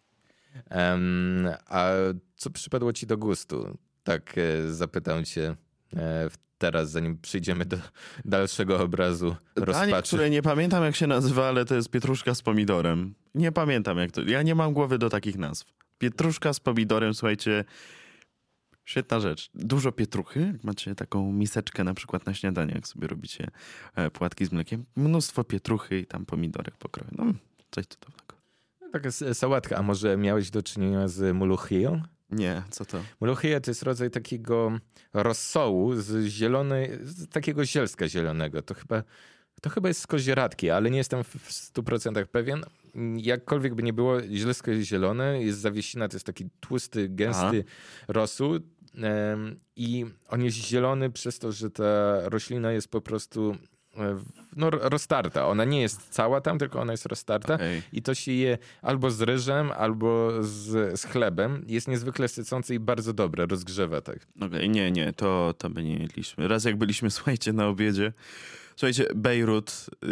Em, a co przypadło ci do gustu? Tak e, zapytam cię e, teraz, zanim przyjdziemy do dalszego obrazu Danie, rozpaczy. które nie pamiętam jak się nazywa, ale to jest pietruszka z pomidorem. Nie pamiętam jak to... Ja nie mam głowy do takich nazw. Pietruszka z pomidorem, słuchajcie... Świetna rzecz. Dużo pietruchy, jak macie taką miseczkę na przykład na śniadanie, jak sobie robicie e, płatki z mlekiem. Mnóstwo pietruchy i tam pomidorek pokroju. No, coś cudownego. Taka s- sałatka. A może miałeś do czynienia z muluchiją? Nie, co to? Muluchija to jest rodzaj takiego rozsołu z zielonej, z takiego zielska zielonego. To chyba, to chyba jest z kozieradki, ale nie jestem w w stu procentach pewien. Jakkolwiek by nie było, zielsko jest zielone, jest zawiesina, to jest taki tłusty, gęsty rosół. em, I on jest zielony przez to, że ta roślina jest po prostu e, w- no, roztarta. Ona nie jest cała tam, tylko ona jest roztarta. Okej. I to się je albo z ryżem, albo z, z chlebem. Jest niezwykle sycące i bardzo dobre, rozgrzewa tak. Okej, nie, nie, to, to my nie jedliśmy. Raz jak byliśmy, słuchajcie, na obiedzie, słuchajcie, Bejrut, yy,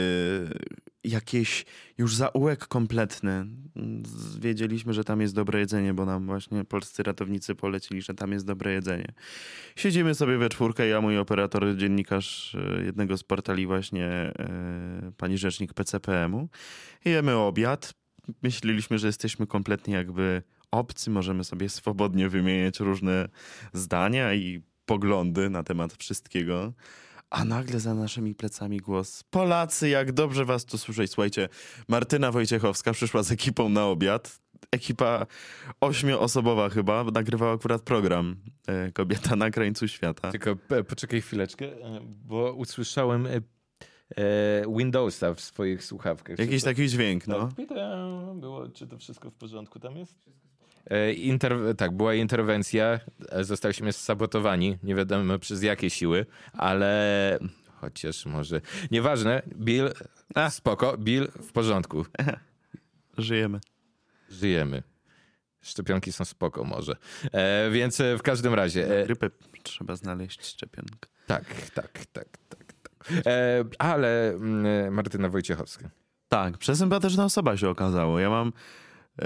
jakieś już zaułek kompletny. Z- Wiedzieliśmy, że tam jest dobre jedzenie, bo nam właśnie polscy ratownicy polecili, że tam jest dobre jedzenie. Siedzimy sobie we czwórkę, ja, mój operator, dziennikarz yy, jednego z portali właśnie, yy, pani rzecznik P C P M u. Jemy obiad. Myśleliśmy, że jesteśmy kompletnie jakby obcy, możemy sobie swobodnie wymieniać różne zdania i poglądy na temat wszystkiego. A nagle za naszymi plecami głos: Polacy, jak dobrze was tu słyszeć. Słuchajcie, Martyna Wojciechowska przyszła z ekipą na obiad. Ekipa ośmioosobowa chyba, nagrywała akurat program e, Kobieta na krańcu świata. Tylko e, poczekaj chwileczkę, e, bo usłyszałem e, e, Windowsa w swoich słuchawkach. Jakiś Czy to- taki dźwięk, no. Tak, pytam, było, czy to wszystko w porządku tam jest? E, Inter- tak, była interwencja, e, zostaliśmy sabotowani, nie wiadomo przez jakie siły, ale chociaż może, nieważne, Bill, A. spoko, Bill w porządku, Żyjemy. żyjemy. Szczepionki są spoko może. E, więc e, w każdym razie, Na e, grypę trzeba znaleźć szczepionkę. tak, tak, tak, tak, tak. E, ale mm, Martyna Wojciechowska. Tak, przesympatyczna osoba się okazało. Ja mam e,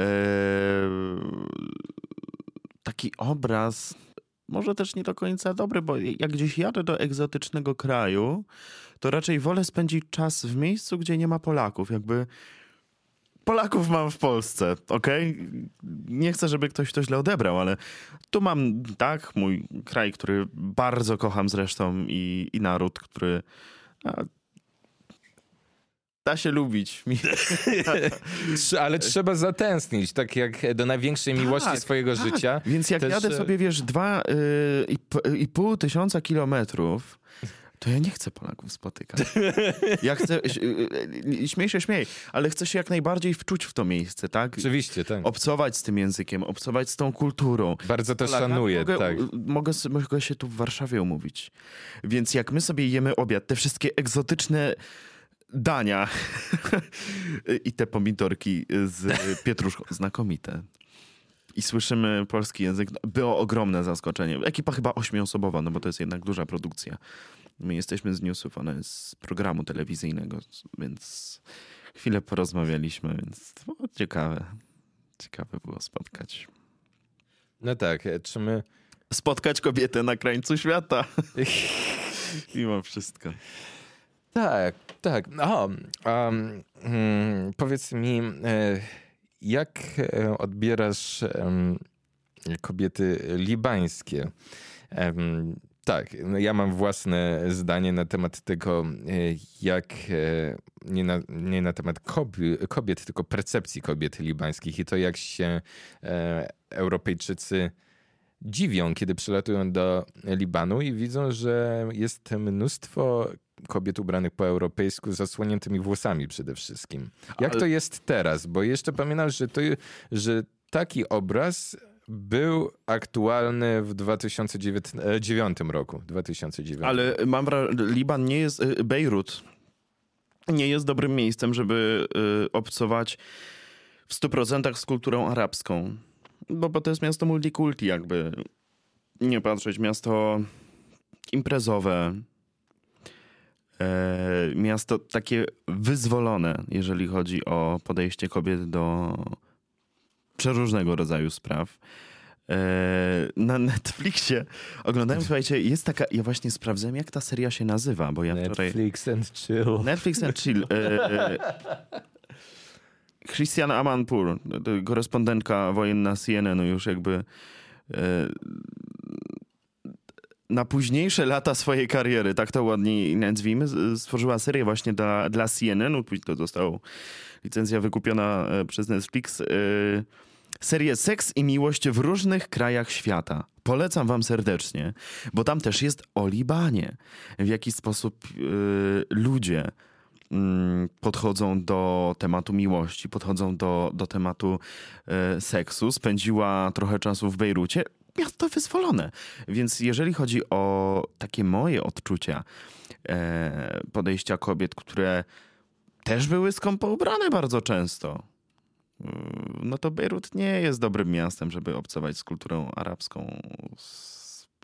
taki obraz, może też nie do końca dobry, bo jak gdzieś jadę do egzotycznego kraju, to raczej wolę spędzić czas w miejscu, gdzie nie ma Polaków. Jakby Polaków mam w Polsce, okej? Nie chcę, żeby ktoś to źle odebrał, ale tu mam, tak, mój kraj, który bardzo kocham zresztą i, i naród, który... A, da się lubić. Ale trzeba zatęsknić, tak jak do największej miłości tak, swojego tak. życia. Więc jak też... jadę sobie, wiesz, dwa y, i, p- i pół tysiąca kilometrów, to ja nie chcę Polaków spotykać. Ja chcę, śmiej się, śmiej, ale chcę się jak najbardziej wczuć w to miejsce, tak? Oczywiście, tak. Obcować z tym językiem, obcować z tą kulturą. Bardzo to Polaka, szanuję, mogę, tak. Mogę, mogę się tu w Warszawie umówić. Więc jak my sobie jemy obiad, te wszystkie egzotyczne dania i te pomidorki z pietruszką, znakomite. I słyszymy polski język, było ogromne zaskoczenie. Ekipa chyba ośmioosobowa, no bo to jest jednak duża produkcja. My jesteśmy z newsów, ona jest z programu telewizyjnego, więc chwilę porozmawialiśmy, więc to było ciekawe. Ciekawe było spotkać. No tak, czy my... Spotkać kobietę na krańcu świata. Mimo wszystko. Tak, tak. O, um, um, powiedz mi, e, jak e, odbierasz um, kobiety libańskie? Um, tak, no ja mam własne zdanie na temat tego, e, jak, e, nie, na, nie na temat kobiet, kobiet, tylko percepcji kobiet libańskich i to, jak się e, Europejczycy dziwią, kiedy przylatują do Libanu i widzą, że jest mnóstwo kobiet ubranych po europejsku z zasłoniętymi włosami przede wszystkim. Jak Ale... to jest teraz? Bo jeszcze pamiętam, że, to, że taki obraz był aktualny w dwa tysiące dziewiątym roku. dwa tysiące dziewiątym. Ale mam wrażenie, Liban nie jest, Bejrut nie jest dobrym miejscem, żeby obcować w stu procentach z kulturą arabską. Bo, bo to jest miasto multikulti, jakby nie patrzeć. Miasto imprezowe. E, miasto takie wyzwolone, jeżeli chodzi o podejście kobiet do przeróżnego rodzaju spraw. E, na Netflixie oglądałem, słuchajcie, jest taka, ja właśnie sprawdzałem, jak ta seria się nazywa, bo ja wczoraj... Netflix and chill. Netflix and chill. E, e, Christiane Amanpour, korespondentka wojenna C N N-u, już jakby e, na późniejsze lata swojej kariery, tak to ładniej nazwijmy, stworzyła serię właśnie dla, dla C N N-u, później to została licencja wykupiona przez Netflix, e, serię Seks i miłość w różnych krajach świata. Polecam wam serdecznie, bo tam też jest o Libanie. W jaki sposób e, ludzie podchodzą do tematu miłości, podchodzą do, do tematu e, seksu. Spędziła trochę czasu w Bejrucie. Miasto wyzwolone. Więc jeżeli chodzi o takie moje odczucia e, podejścia kobiet, które też były skąpo ubrane bardzo często, no to Bejrut nie jest dobrym miastem, żeby obcować z kulturą arabską, z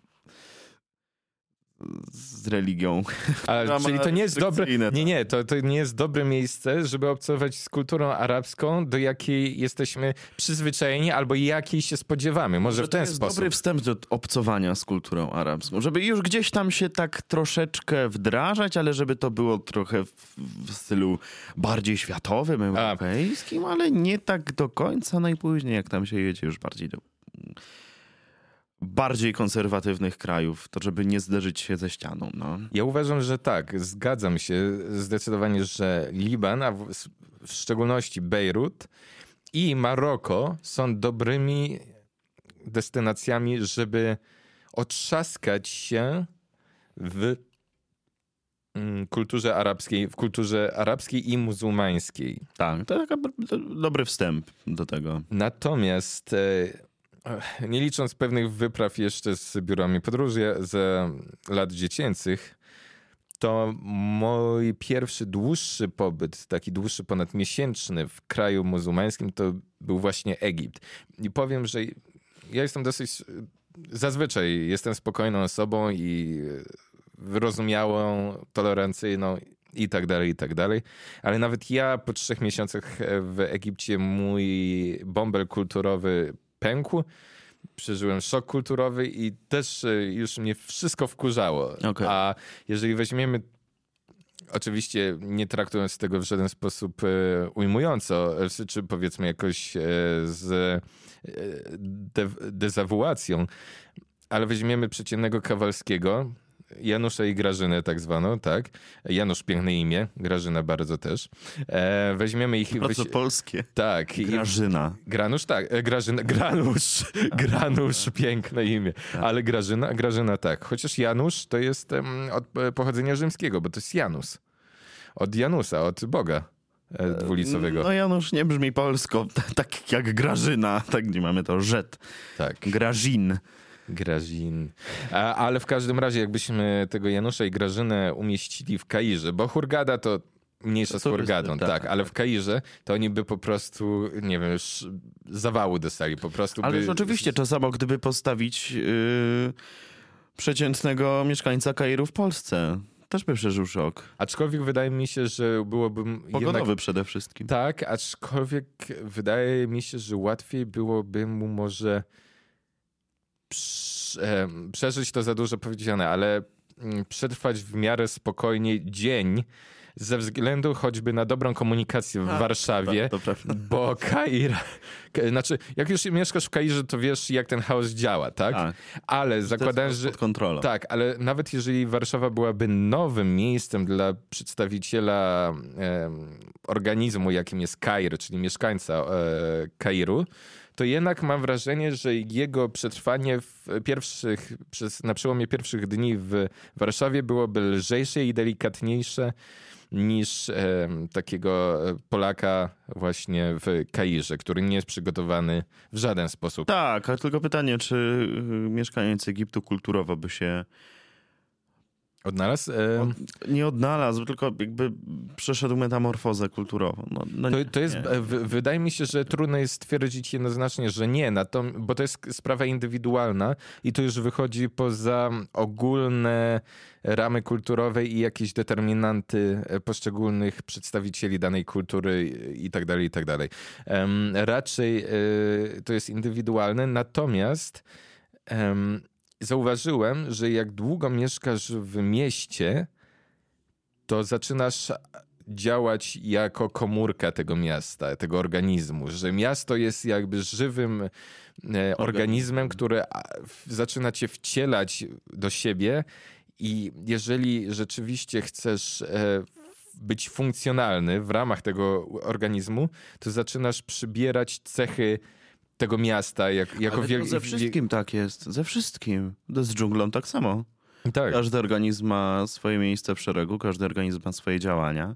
z religią. Ale, czyli to nie jest dobre, nie, nie, to, to nie jest dobre miejsce, żeby obcować z kulturą arabską, do jakiej jesteśmy przyzwyczajeni albo jakiej się spodziewamy. Może że w ten to jest sposób. dobry wstęp do obcowania z kulturą arabską. Żeby już gdzieś tam się tak troszeczkę wdrażać, ale żeby to było trochę w, w stylu bardziej światowym, europejskim, A. ale nie tak do końca najpóźniej, jak tam się jedzie już bardziej do bardziej konserwatywnych krajów, to żeby nie zderzyć się ze ścianą. No. Ja uważam, że tak. Zgadzam się zdecydowanie, że Liban, a w, w szczególności Bejrut i Maroko są dobrymi destynacjami, żeby otrzaskać się w kulturze arabskiej, w kulturze arabskiej i muzułmańskiej. Tak, to taki dobry wstęp do tego. Natomiast nie licząc pewnych wypraw jeszcze z biurami podróży ze lat dziecięcych, to mój pierwszy dłuższy pobyt, taki dłuższy ponadmiesięczny w kraju muzułmańskim, to był właśnie Egipt. I powiem, że ja jestem dosyć, zazwyczaj jestem spokojną osobą i wyrozumiałą, tolerancyjną i tak dalej, i tak dalej. Ale nawet ja po trzech miesiącach w Egipcie mój bąbel kulturowy pękł. Przeżyłem szok kulturowy i też już mnie wszystko wkurzało. Okay. A jeżeli weźmiemy, oczywiście nie traktując tego w żaden sposób ujmująco, czy powiedzmy jakoś z de- dezawuacją, ale weźmiemy przeciętnego Kowalskiego, Janusza i Grażynę tak zwaną, tak. Janusz piękne imię, Grażyna bardzo też. E, weźmiemy ich... Bardzo weź... polskie. Tak. Grażyna. I... Granusz, tak. E, Grażyna, Granusz. Granusz, piękne imię. Tak. Ale Grażyna, Grażyna tak. Chociaż Janusz to jest um, od pochodzenia rzymskiego, bo to jest Janus. Od Janusa, od Boga e, dwulicowego. No Janusz nie brzmi polsko, tak jak Grażyna. Tak, gdzie mamy to rzet. Tak. Grażin. Grażin. A, ale w każdym razie, jakbyśmy tego Janusza i Grażynę umieścili w Kairze, bo Hurgada to mniejsza z Hurgadą, tak, tak, ale w Kairze to oni by po prostu, nie wiem, już zawału dostali, po prostu Ale by... oczywiście to samo, gdyby postawić yy, przeciętnego mieszkańca Kairu w Polsce. Też by przeżył szok. Aczkolwiek wydaje mi się, że byłoby Pogodowy jednak... przede wszystkim. Tak, aczkolwiek wydaje mi się, że łatwiej byłoby mu może przeżyć, to za dużo powiedziane, ale przetrwać w miarę spokojnie dzień ze względu choćby na dobrą komunikację w A, Warszawie, to, to bo Kair, znaczy jak już mieszkasz w Kairze, to wiesz jak ten chaos działa, tak? A, ale zakładając, że... pod kontrolą. Tak, ale nawet jeżeli Warszawa byłaby nowym miejscem dla przedstawiciela e, organizmu, jakim jest Kair, czyli mieszkańca e, Kairu, to jednak mam wrażenie, że jego przetrwanie w pierwszych, przez, na przełomie pierwszych dni w Warszawie byłoby lżejsze i delikatniejsze niż e, takiego Polaka właśnie w Kairze, który nie jest przygotowany w żaden sposób. Tak, ale tylko pytanie, czy mieszkaniec Egiptu kulturowo by się odnalazł? E... Od, nie odnalazł, tylko jakby przeszedł metamorfozę kulturową. No, no to, nie, to jest, w, wydaje mi się, że trudno jest stwierdzić jednoznacznie, że nie, na to, bo to jest sprawa indywidualna i to już wychodzi poza ogólne ramy kulturowe i jakieś determinanty poszczególnych przedstawicieli danej kultury i tak dalej, i tak dalej. Um, raczej y, to jest indywidualne, natomiast um, zauważyłem, że jak długo mieszkasz w mieście, to zaczynasz działać jako komórka tego miasta, tego organizmu, że miasto jest jakby żywym e, organizmem, który zaczyna cię wcielać do siebie i jeżeli rzeczywiście chcesz e, być funkcjonalny w ramach tego organizmu, to zaczynasz przybierać cechy tego miasta. Jak, jako Ale wiel... ze wszystkim tak jest. Ze wszystkim. To z dżunglą tak samo. Tak. Każdy organizm ma swoje miejsce w szeregu, każdy organizm ma swoje działania.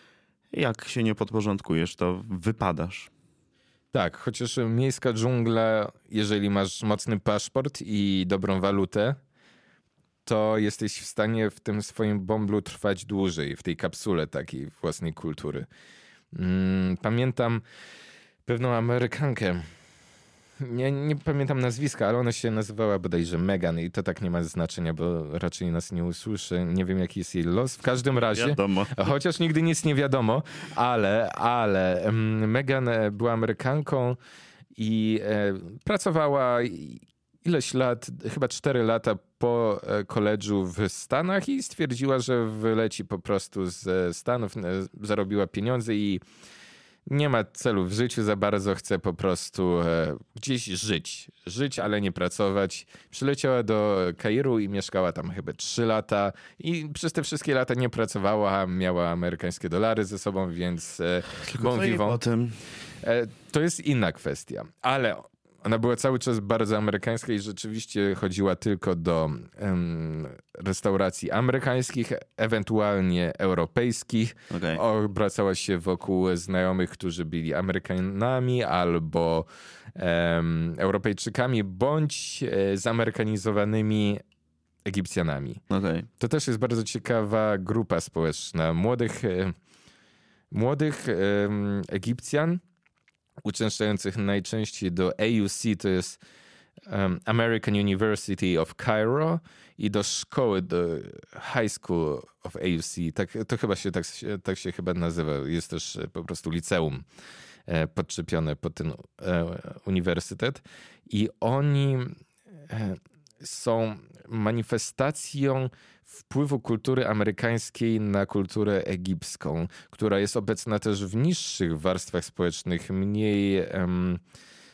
Jak się nie podporządkujesz, to wypadasz. Tak, chociaż miejska dżungla, jeżeli masz mocny paszport i dobrą walutę, to jesteś w stanie w tym swoim bąblu trwać dłużej, w tej kapsule takiej własnej kultury. Pamiętam pewną Amerykankę, Nie, nie pamiętam nazwiska, ale ona się nazywała bodajże Megan i to tak nie ma znaczenia, bo raczej nas nie usłyszy. Nie wiem, jaki jest jej los. W każdym razie, wiadomo. Chociaż nigdy nic nie wiadomo, ale, ale Megan była Amerykanką i e, pracowała ileś lat, chyba cztery lata po koledżu w Stanach i stwierdziła, że wyleci po prostu z Stanów, zarobiła pieniądze i nie ma celu w życiu za bardzo, chce po prostu e, gdzieś żyć. Żyć, ale nie pracować. Przyleciała do Kairu i mieszkała tam chyba trzy lata i przez te wszystkie lata nie pracowała, miała amerykańskie dolary ze sobą, więc e, bon vivant. Potem... E, to jest inna kwestia, ale ona była cały czas bardzo amerykańska i rzeczywiście chodziła tylko do um, restauracji amerykańskich, ewentualnie europejskich. Okay. Obracała się wokół znajomych, którzy byli Amerykanami albo um, Europejczykami, bądź e, zamerykanizowanymi Egipcjanami. Okay. To też jest bardzo ciekawa grupa społeczna młodych, e, młodych e, Egipcjan, uczęszczających najczęściej do A U C, to jest um, American University of Cairo, i do szkoły, do High School of A U C. Tak, to chyba się tak, tak się chyba nazywa. Jest też po prostu liceum e, podczepione pod ten e, uniwersytet. I oni e, są manifestacją wpływu kultury amerykańskiej na kulturę egipską, która jest obecna też w niższych warstwach społecznych, mniej, um,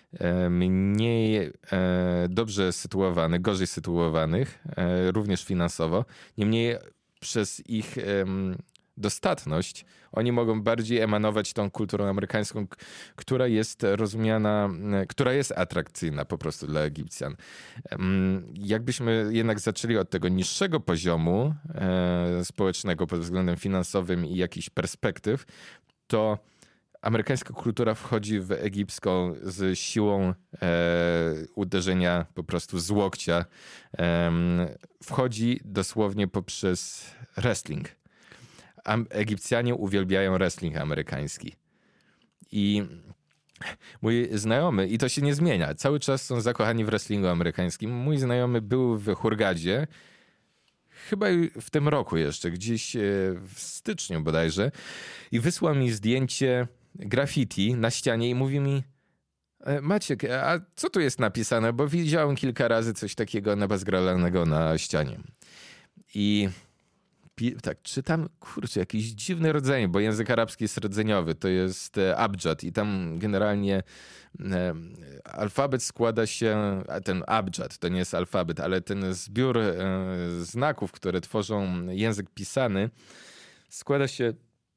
mniej dobrze sytuowanych, gorzej sytuowanych, również finansowo. Niemniej przez ich dostatność oni mogą bardziej emanować tą kulturą amerykańską, która jest rozumiana, która jest atrakcyjna po prostu dla Egipcjan. Jakbyśmy jednak zaczęli od tego niższego poziomu społecznego pod względem finansowym i jakichś perspektyw, to amerykańska kultura wchodzi w egipską z siłą e, uderzenia po prostu z łokcia. E, wchodzi dosłownie poprzez wrestling. Am, Egipcjanie uwielbiają wrestling amerykański. I mój znajomy, i to się nie zmienia, cały czas są zakochani w wrestlingu amerykańskim. Mój znajomy był w Hurgadzie, chyba w tym roku jeszcze, gdzieś w styczniu bodajże, i wysłał mi zdjęcie graffiti na ścianie i mówi mi: Maciek, a co tu jest napisane? Bo widziałem kilka razy coś takiego nabazgralanego na ścianie. I tak czytam, kurczę, jakiś dziwny rodzeń, bo język arabski jest rdzeniowy, to jest abjad i tam generalnie e, alfabet składa się, ten abjad to nie jest alfabet, ale ten zbiór e, znaków, które tworzą język pisany, składa się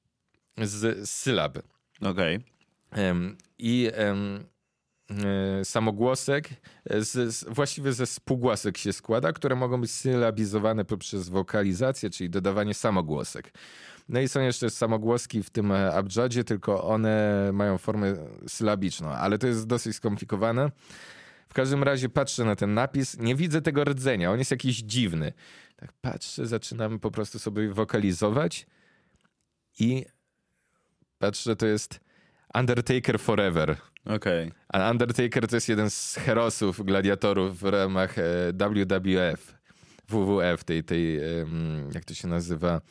z sylab. Okej. Okay. I um, samogłosek, z, z, właściwie ze spółgłosek się składa, które mogą być sylabizowane poprzez wokalizację, czyli dodawanie samogłosek. No i są jeszcze samogłoski w tym abjadzie, tylko one mają formę sylabiczną, ale to jest dosyć skomplikowane. W każdym razie patrzę na ten napis, nie widzę tego rdzenia, on jest jakiś dziwny. Tak patrzę, zaczynam po prostu sobie wokalizować i patrzę, to jest Undertaker Forever. Okej. A Undertaker to jest jeden z herosów, gladiatorów w ramach W W F, W W F, tej, tej jak to się nazywa,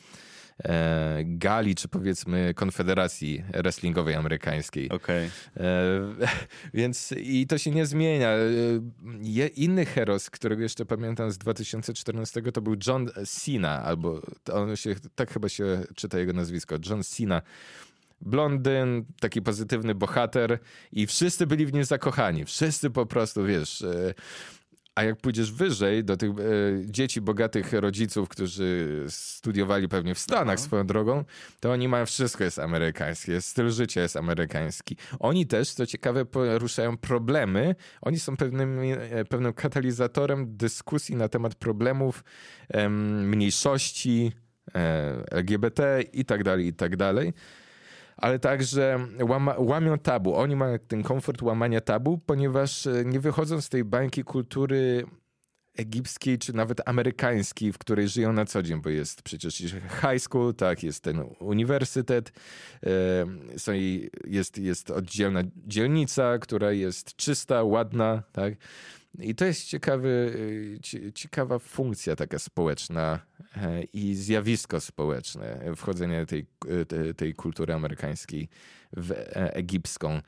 gali, czy powiedzmy konfederacji wrestlingowej amerykańskiej. Okej. Więc i to się nie zmienia. Je, inny heros, którego jeszcze pamiętam z dwa tysiące czternastego, to był John Cena, albo on się, tak chyba się czyta jego nazwisko, John Cena. Blondyn, taki pozytywny bohater i wszyscy byli w nim zakochani. Wszyscy po prostu, wiesz. A jak pójdziesz wyżej do tych dzieci bogatych rodziców, którzy studiowali pewnie w Stanach Aha. swoją drogą, to oni mają wszystko jest amerykańskie, styl życia jest amerykański. Oni też, co ciekawe, poruszają problemy. Oni są pewnym, pewnym katalizatorem dyskusji na temat problemów em, mniejszości, e, L G B T i tak dalej, i tak dalej. Ale także łama, łamią tabu. Oni mają ten komfort łamania tabu, ponieważ nie wychodzą z tej bańki kultury egipskiej, czy nawet amerykańskiej, w której żyją na co dzień, bo jest przecież high school, tak, jest ten uniwersytet, są, jest, jest oddzielna dzielnica, która jest czysta, ładna, tak. I to jest ciekawy, ciekawa funkcja taka społeczna i zjawisko społeczne, wchodzenie tej, tej, tej kultury amerykańskiej w egipską.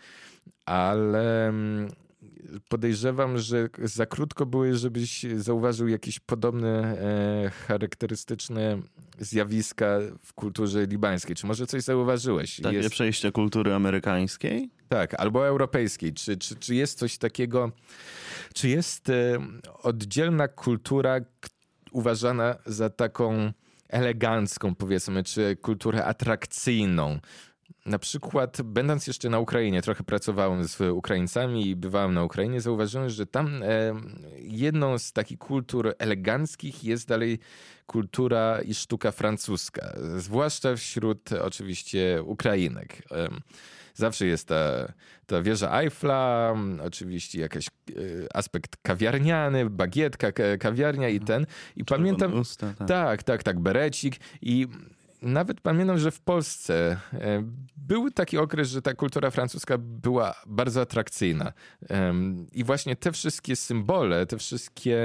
Ale podejrzewam, że za krótko były, żebyś zauważył jakieś podobne charakterystyczne zjawiska w kulturze libańskiej. Czy może coś zauważyłeś? Takie jest... przejście kultury amerykańskiej? Tak, albo europejskiej. Czy, czy, czy jest coś takiego, czy jest e, oddzielna kultura k- uważana za taką elegancką, powiedzmy, czy kulturę atrakcyjną? Na przykład, będąc jeszcze na Ukrainie, trochę pracowałem z Ukraińcami i bywałem na Ukrainie, zauważyłem, że tam e, jedną z takich kultur eleganckich jest dalej kultura i sztuka francuska, zwłaszcza wśród oczywiście Ukrainek. E, Zawsze jest ta, ta wieża Eiffla, oczywiście jakiś aspekt kawiarniany, bagietka, kawiarnia i ten. I Czerwone pamiętam... Usta, tak. tak, tak, tak, berecik. I nawet pamiętam, że w Polsce był taki okres, że ta kultura francuska była bardzo atrakcyjna. I właśnie te wszystkie symbole, te wszystkie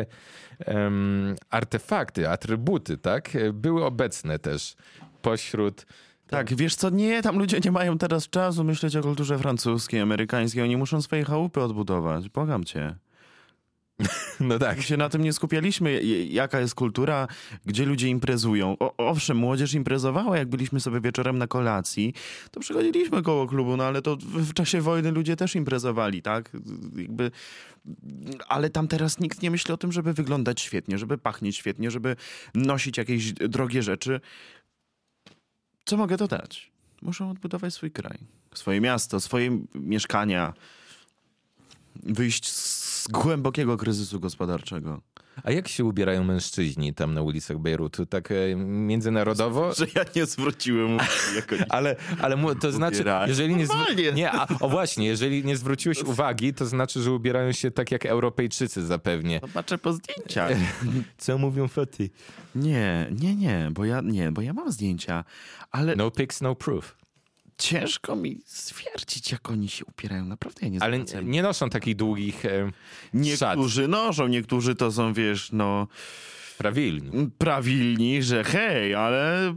artefakty, atrybuty, tak, były obecne też pośród... Tak, wiesz co, nie, tam ludzie nie mają teraz czasu myśleć o kulturze francuskiej, amerykańskiej. Oni muszą swoje chałupy odbudować. Błagam cię. No tak. My się na tym nie skupialiśmy, jaka jest kultura, gdzie ludzie imprezują. O, owszem, młodzież imprezowała, jak byliśmy sobie wieczorem na kolacji, to przychodziliśmy koło klubu, no ale to w, w czasie wojny ludzie też imprezowali, tak? Jakby... Ale tam teraz nikt nie myśli o tym, żeby wyglądać świetnie, żeby pachnieć świetnie, żeby nosić jakieś drogie rzeczy. Co mogę dodać? Muszą odbudować swój kraj, swoje miasto, swoje mieszkania, wyjść z głębokiego kryzysu gospodarczego. A jak się ubierają mężczyźni tam na ulicach Bejrutu? Tak e, międzynarodowo? Że ja nie zwróciłem uwagi jakoś. Ale, ale mu- to znaczy, Ubierają. jeżeli nie, zw- Normalnie. nie a, o właśnie, jeżeli nie zwróciłeś uwagi, to znaczy, że ubierają się tak jak Europejczycy zapewnie. Zobaczę po zdjęciach. Co mówią foty? Nie, nie, nie, bo ja nie, bo ja mam zdjęcia, ale No pics, no proof. ciężko mi stwierdzić, jak oni się upierają. Naprawdę ja nie Ale zwracam. nie noszą takich długich e, szat. Niektórzy noszą, niektórzy to są, wiesz, no Prawilni. prawilni, że hej, ale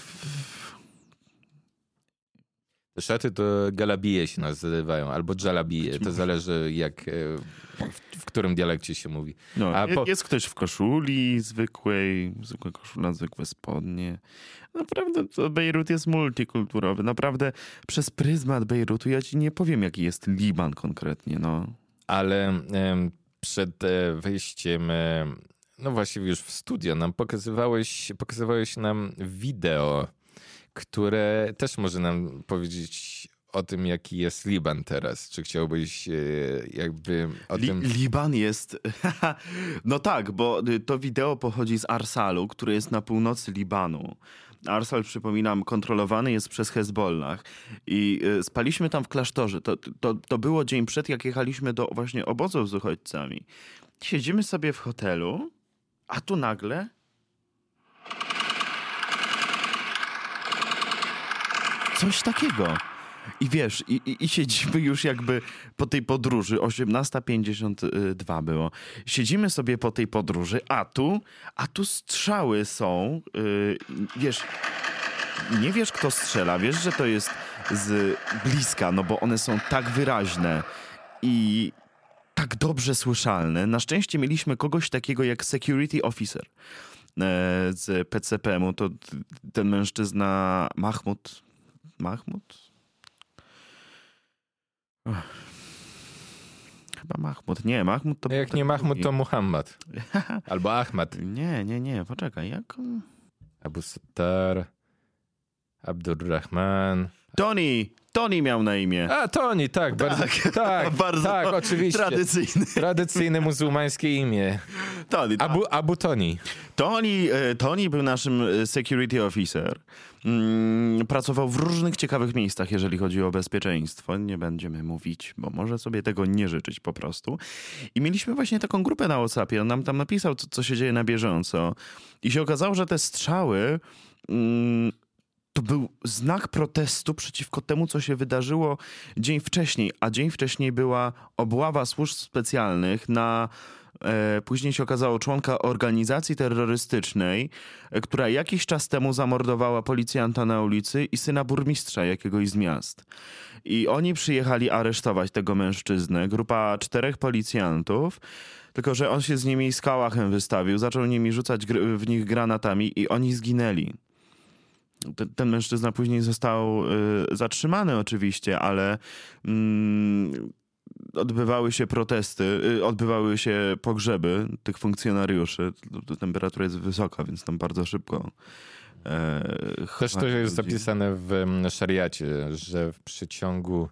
Te szaty to galabije się nazywają, albo dżalabije. To zależy jak, e, w, w którym dialekcie się mówi. no, A je- po- jest ktoś w koszuli zwykłej, zwykła koszula, zwykłe spodnie. Naprawdę to Bejrut jest multikulturowy. Naprawdę przez pryzmat Bejrutu ja ci nie powiem, jaki jest Liban konkretnie, no. Ale em, przed e, wejściem, e, no właściwie już w studio, nam pokazywałeś, pokazywałeś nam wideo, które też może nam powiedzieć o tym, jaki jest Liban teraz. Czy chciałbyś e, jakby o Li- tym... Liban jest... no tak, bo to wideo pochodzi z Arsalu, który jest na północy Libanu. Arsal, przypominam, kontrolowany jest przez Hezbollah i y, spaliśmy tam w klasztorze. To, to, to było dzień przed, jak jechaliśmy do właśnie obozów z uchodźcami. Siedzimy sobie w hotelu, a tu nagle... Coś takiego. I wiesz, i, i, i siedzimy już jakby po tej podróży, osiemnasta pięćdziesiąt dwa było. Siedzimy sobie po tej podróży, a tu, a tu strzały są, yy, wiesz, nie wiesz kto strzela, wiesz, że to jest z bliska, no bo one są tak wyraźne i tak dobrze słyszalne. Na szczęście mieliśmy kogoś takiego jak security officer e, z P C P M u, to t- ten mężczyzna Mahmud, Mahmud? Ach. Chyba Mahmud. Nie, Mahmud to... No jak był nie ten Mahmud, drugi. to Muhammad. Albo Ahmad. Nie, nie, nie, poczekaj, jak on... Abu Sattar. Abdurrahman. Tony! Tony miał na imię. A, Tony, tak, bardzo, tak, bardzo tak, oczywiście. tradycyjny. Tradycyjne muzułmańskie imię. Tony, Abu, Abu Tony. Tony, e, Tony był naszym e, security officer. Mm, pracował w różnych ciekawych miejscach, jeżeli chodzi o bezpieczeństwo. Nie będziemy mówić, bo może sobie tego nie życzyć po prostu. I mieliśmy właśnie taką grupę na WhatsAppie. On nam tam napisał, co, co się dzieje na bieżąco. I się okazało, że te strzały... Mm, to był znak protestu przeciwko temu, co się wydarzyło dzień wcześniej. A dzień wcześniej była obława służb specjalnych na, e, później się okazało, członka organizacji terrorystycznej, e, która jakiś czas temu zamordowała policjanta na ulicy i syna burmistrza jakiegoś z miast. I oni przyjechali aresztować tego mężczyznę, grupa czterech policjantów, tylko że on się z nimi z kałachem wystawił, zaczął nimi rzucać gr- w nich granatami i oni zginęli. Ten, ten mężczyzna później został y, zatrzymany oczywiście, ale mm, odbywały się protesty, y, odbywały się pogrzeby tych funkcjonariuszy. Temperatura jest wysoka, więc tam bardzo szybko. E, Też to chowali jest ludzi. zapisane w mm, szariacie, że w przeciągu,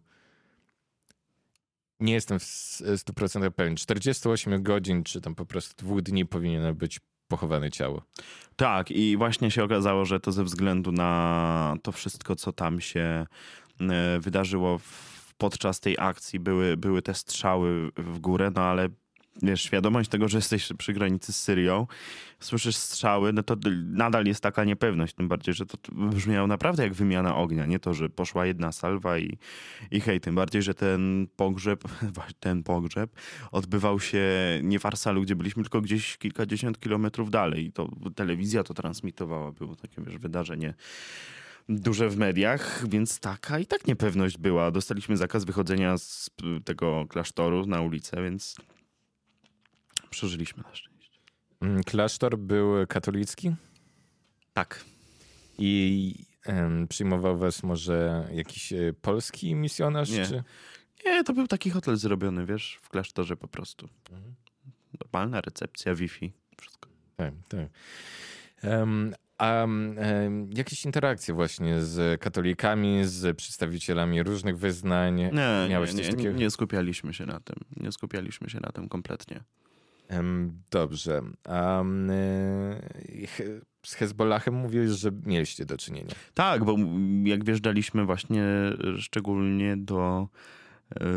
nie jestem w stu procentach pewien, czterdzieści osiem godzin, czy tam po prostu dwóch dni powinno być pochowane ciało. Tak, i właśnie się okazało, że to ze względu na to wszystko, co tam się e, wydarzyło w, podczas tej akcji, były, były te strzały w górę, no ale wiesz, świadomość tego, że jesteś przy granicy z Syrią, słyszysz strzały, no to nadal jest taka niepewność, tym bardziej, że to brzmiało naprawdę jak wymiana ognia, nie to, że poszła jedna salwa i, i hej, tym bardziej, że ten pogrzeb, ten pogrzeb odbywał się nie w Arsalu, gdzie byliśmy, tylko gdzieś kilkadziesiąt kilometrów dalej i to telewizja to transmitowała, było takie, wiesz, wydarzenie duże w mediach, więc taka i tak niepewność była. Dostaliśmy zakaz wychodzenia z tego klasztoru na ulicę, więc przeżyliśmy na szczęście. Klasztor był katolicki? Tak. I em, przyjmował was może jakiś e, polski misjonarz? Nie. Czy? Nie, to był taki hotel zrobiony, wiesz, w klasztorze po prostu. Mhm. Normalna recepcja, Wi-Fi, wszystko. Tak, tak. Um, a um, jakieś interakcje właśnie z katolikami, z przedstawicielami różnych wyznań? Nie, Miałeś nie, coś nie, takiego? nie skupialiśmy się na tym. Nie skupialiśmy się na tym kompletnie. Um, dobrze. Um, e, he- z Hezbollahem mówiłeś, że mieliście do czynienia. Tak, bo jak wjeżdżaliśmy właśnie szczególnie do yy,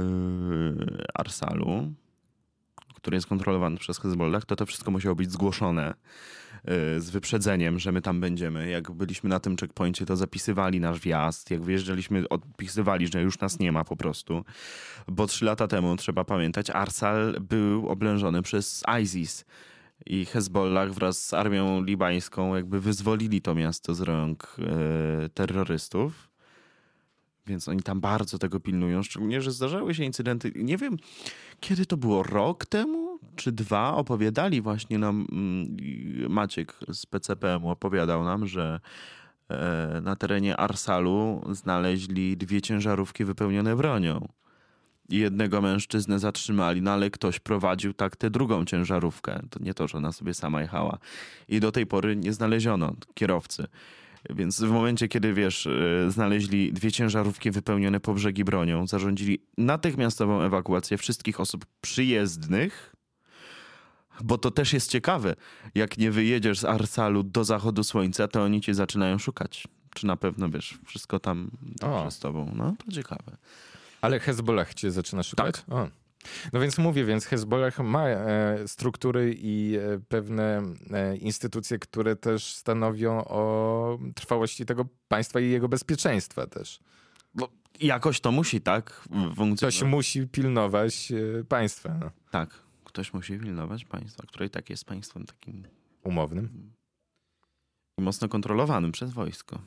Arsalu, który jest kontrolowany przez Hezbollah, to to wszystko musiało być zgłoszone yy, z wyprzedzeniem, że my tam będziemy. Jak byliśmy na tym checkpoincie, to zapisywali nasz wjazd. Jak wyjeżdżaliśmy, odpisywali, że już nas nie ma po prostu. Bo trzy lata temu, trzeba pamiętać, Arsal był oblężony przez ISIS. I Hezbollah wraz z armią libańską jakby wyzwolili to miasto z rąk e, terrorystów. Więc oni tam bardzo tego pilnują. Szczególnie, że zdarzały się incydenty. Nie wiem, kiedy to było, rok temu czy dwa? Opowiadali właśnie nam, mm, Maciek z P C P M-u opowiadał nam, że e, na terenie Arsalu znaleźli dwie ciężarówki wypełnione bronią. I jednego mężczyznę zatrzymali, no ale ktoś prowadził tak tę drugą ciężarówkę. To nie to, że ona sobie sama jechała. I do tej pory nie znaleziono kierowcy. Więc w momencie, kiedy, wiesz, znaleźli dwie ciężarówki wypełnione po brzegi bronią, zarządzili natychmiastową ewakuację wszystkich osób przyjezdnych, bo to też jest ciekawe. Jak nie wyjedziesz z Arsalu do zachodu słońca, to oni cię zaczynają szukać. Czy na pewno, wiesz, wszystko tam dobrze z tobą. No, to ciekawe. Ale Hezbollah cię zaczyna szukać? Tak. O. No więc mówię, więc Hezbollah ma e, struktury i e, pewne e, instytucje, które też stanowią o trwałości tego państwa i jego bezpieczeństwa też. Bo jakoś to musi, tak? Funkcjonować. Ktoś musi pilnować e, państwa. No. Tak, ktoś musi pilnować państwa, które i tak jest państwem takim umownym. Mocno kontrolowanym przez wojsko.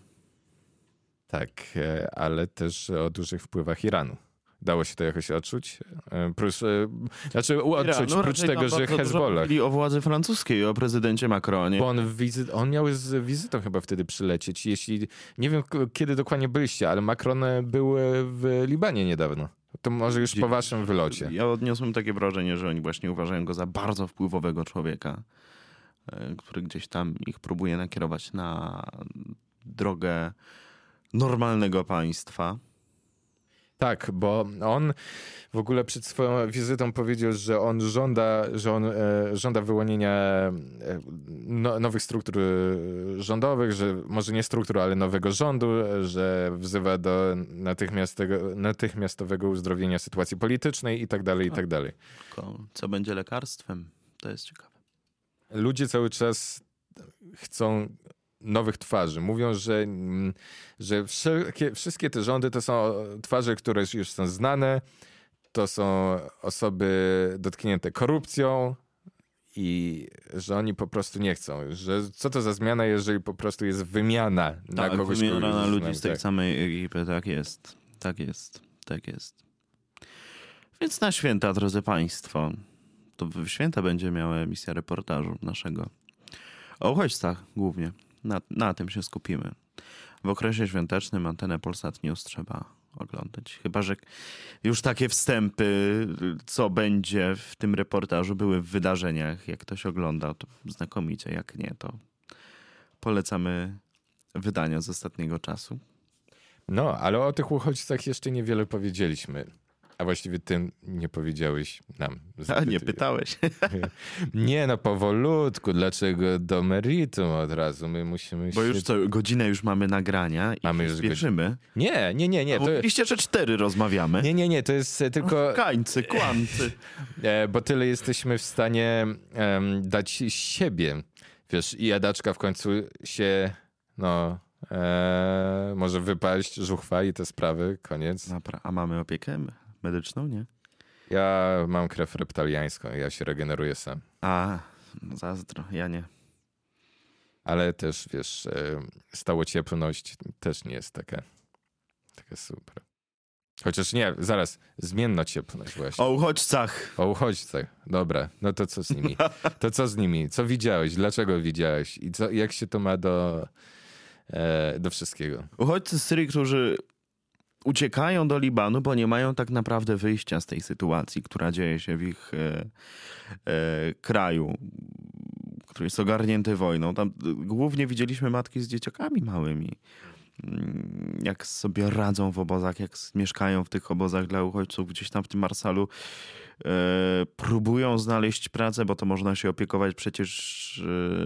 Tak, e, ale też o dużych wpływach Iranu. Dało się to jakoś odczuć? Prócz, znaczy odczuć, Iranu, prócz tego, że Hezbollah. Mówili o władzy francuskiej, o prezydencie Macronie. Bo on, wizy, on miał z wizytą chyba wtedy przylecieć. Jeśli, nie wiem kiedy dokładnie byliście, ale Macron był w Libanie niedawno. To może już po waszym wylocie. Ja odniosłem takie wrażenie, że oni właśnie uważają go za bardzo wpływowego człowieka, który gdzieś tam ich próbuje nakierować na drogę normalnego państwa. Tak, bo on w ogóle przed swoją wizytą powiedział, że on żąda, że on e, żąda wyłonienia e, no, nowych struktur rządowych, że może nie struktur, ale nowego rządu, że wzywa do natychmiastowego, natychmiastowego uzdrowienia sytuacji politycznej i tak dalej, i tak dalej. Co będzie lekarstwem? To jest ciekawe. Ludzie cały czas chcą nowych twarzy. Mówią, że, że wszelkie, wszystkie te rządy to są twarze, które już są znane, to są osoby dotknięte korupcją i że oni po prostu nie chcą. Że co to za zmiana, jeżeli po prostu jest wymiana na tak, kogoś, wymiana na ludzi znam, z tej tak. samej ekipy. Tak jest. Tak jest. Tak jest. Więc na święta, drodzy państwo, to w święta będzie miała emisja reportażu naszego o uchodźcach głównie. Na, na tym się skupimy. W okresie świątecznym antenę Polsat News trzeba oglądać. Chyba że już takie wstępy, co będzie w tym reportażu, były w wydarzeniach. Jak ktoś ogląda, to znakomicie. Jak nie, to polecamy wydania z ostatniego czasu. No, ale o tych uchodźcach jeszcze niewiele powiedzieliśmy. A właściwie ty nie powiedziałeś nam. A nie pytałeś. Nie, no powolutku. Dlaczego do meritum od razu? My musimy Bo się... już co, godzinę już mamy nagrania i Mamy się już spieszymy. Nie, nie, nie, nie. To... Mówiliście, że cztery rozmawiamy. Nie, nie, nie, to jest tylko... Kańcy, kłamcy. Bo tyle jesteśmy w stanie um, dać siebie. Wiesz, i jadaczka w końcu się, no, e, może wypaść, żuchwa i te sprawy, koniec. Dobra, a mamy opiekę medyczną, nie? Ja mam krew reptaliańską, ja się regeneruję sam. A, no zazdro, ja nie. Ale też, wiesz, stałocieplność też nie jest taka, taka super. Chociaż nie, zaraz, zmiennociepność właśnie. O uchodźcach. O uchodźcach. Dobra, no to co z nimi? To co z nimi? Co widziałeś? Dlaczego widziałeś? I co, jak się to ma do, e, do wszystkiego? Uchodźcy z Syrii, którzy uciekają do Libanu, bo nie mają tak naprawdę wyjścia z tej sytuacji, która dzieje się w ich e, e, kraju, który jest ogarnięty wojną. Tam głównie widzieliśmy matki z dzieciakami małymi. Jak sobie radzą w obozach, jak mieszkają w tych obozach dla uchodźców, gdzieś tam w tym Marsalu e, próbują znaleźć pracę, bo to można się opiekować przecież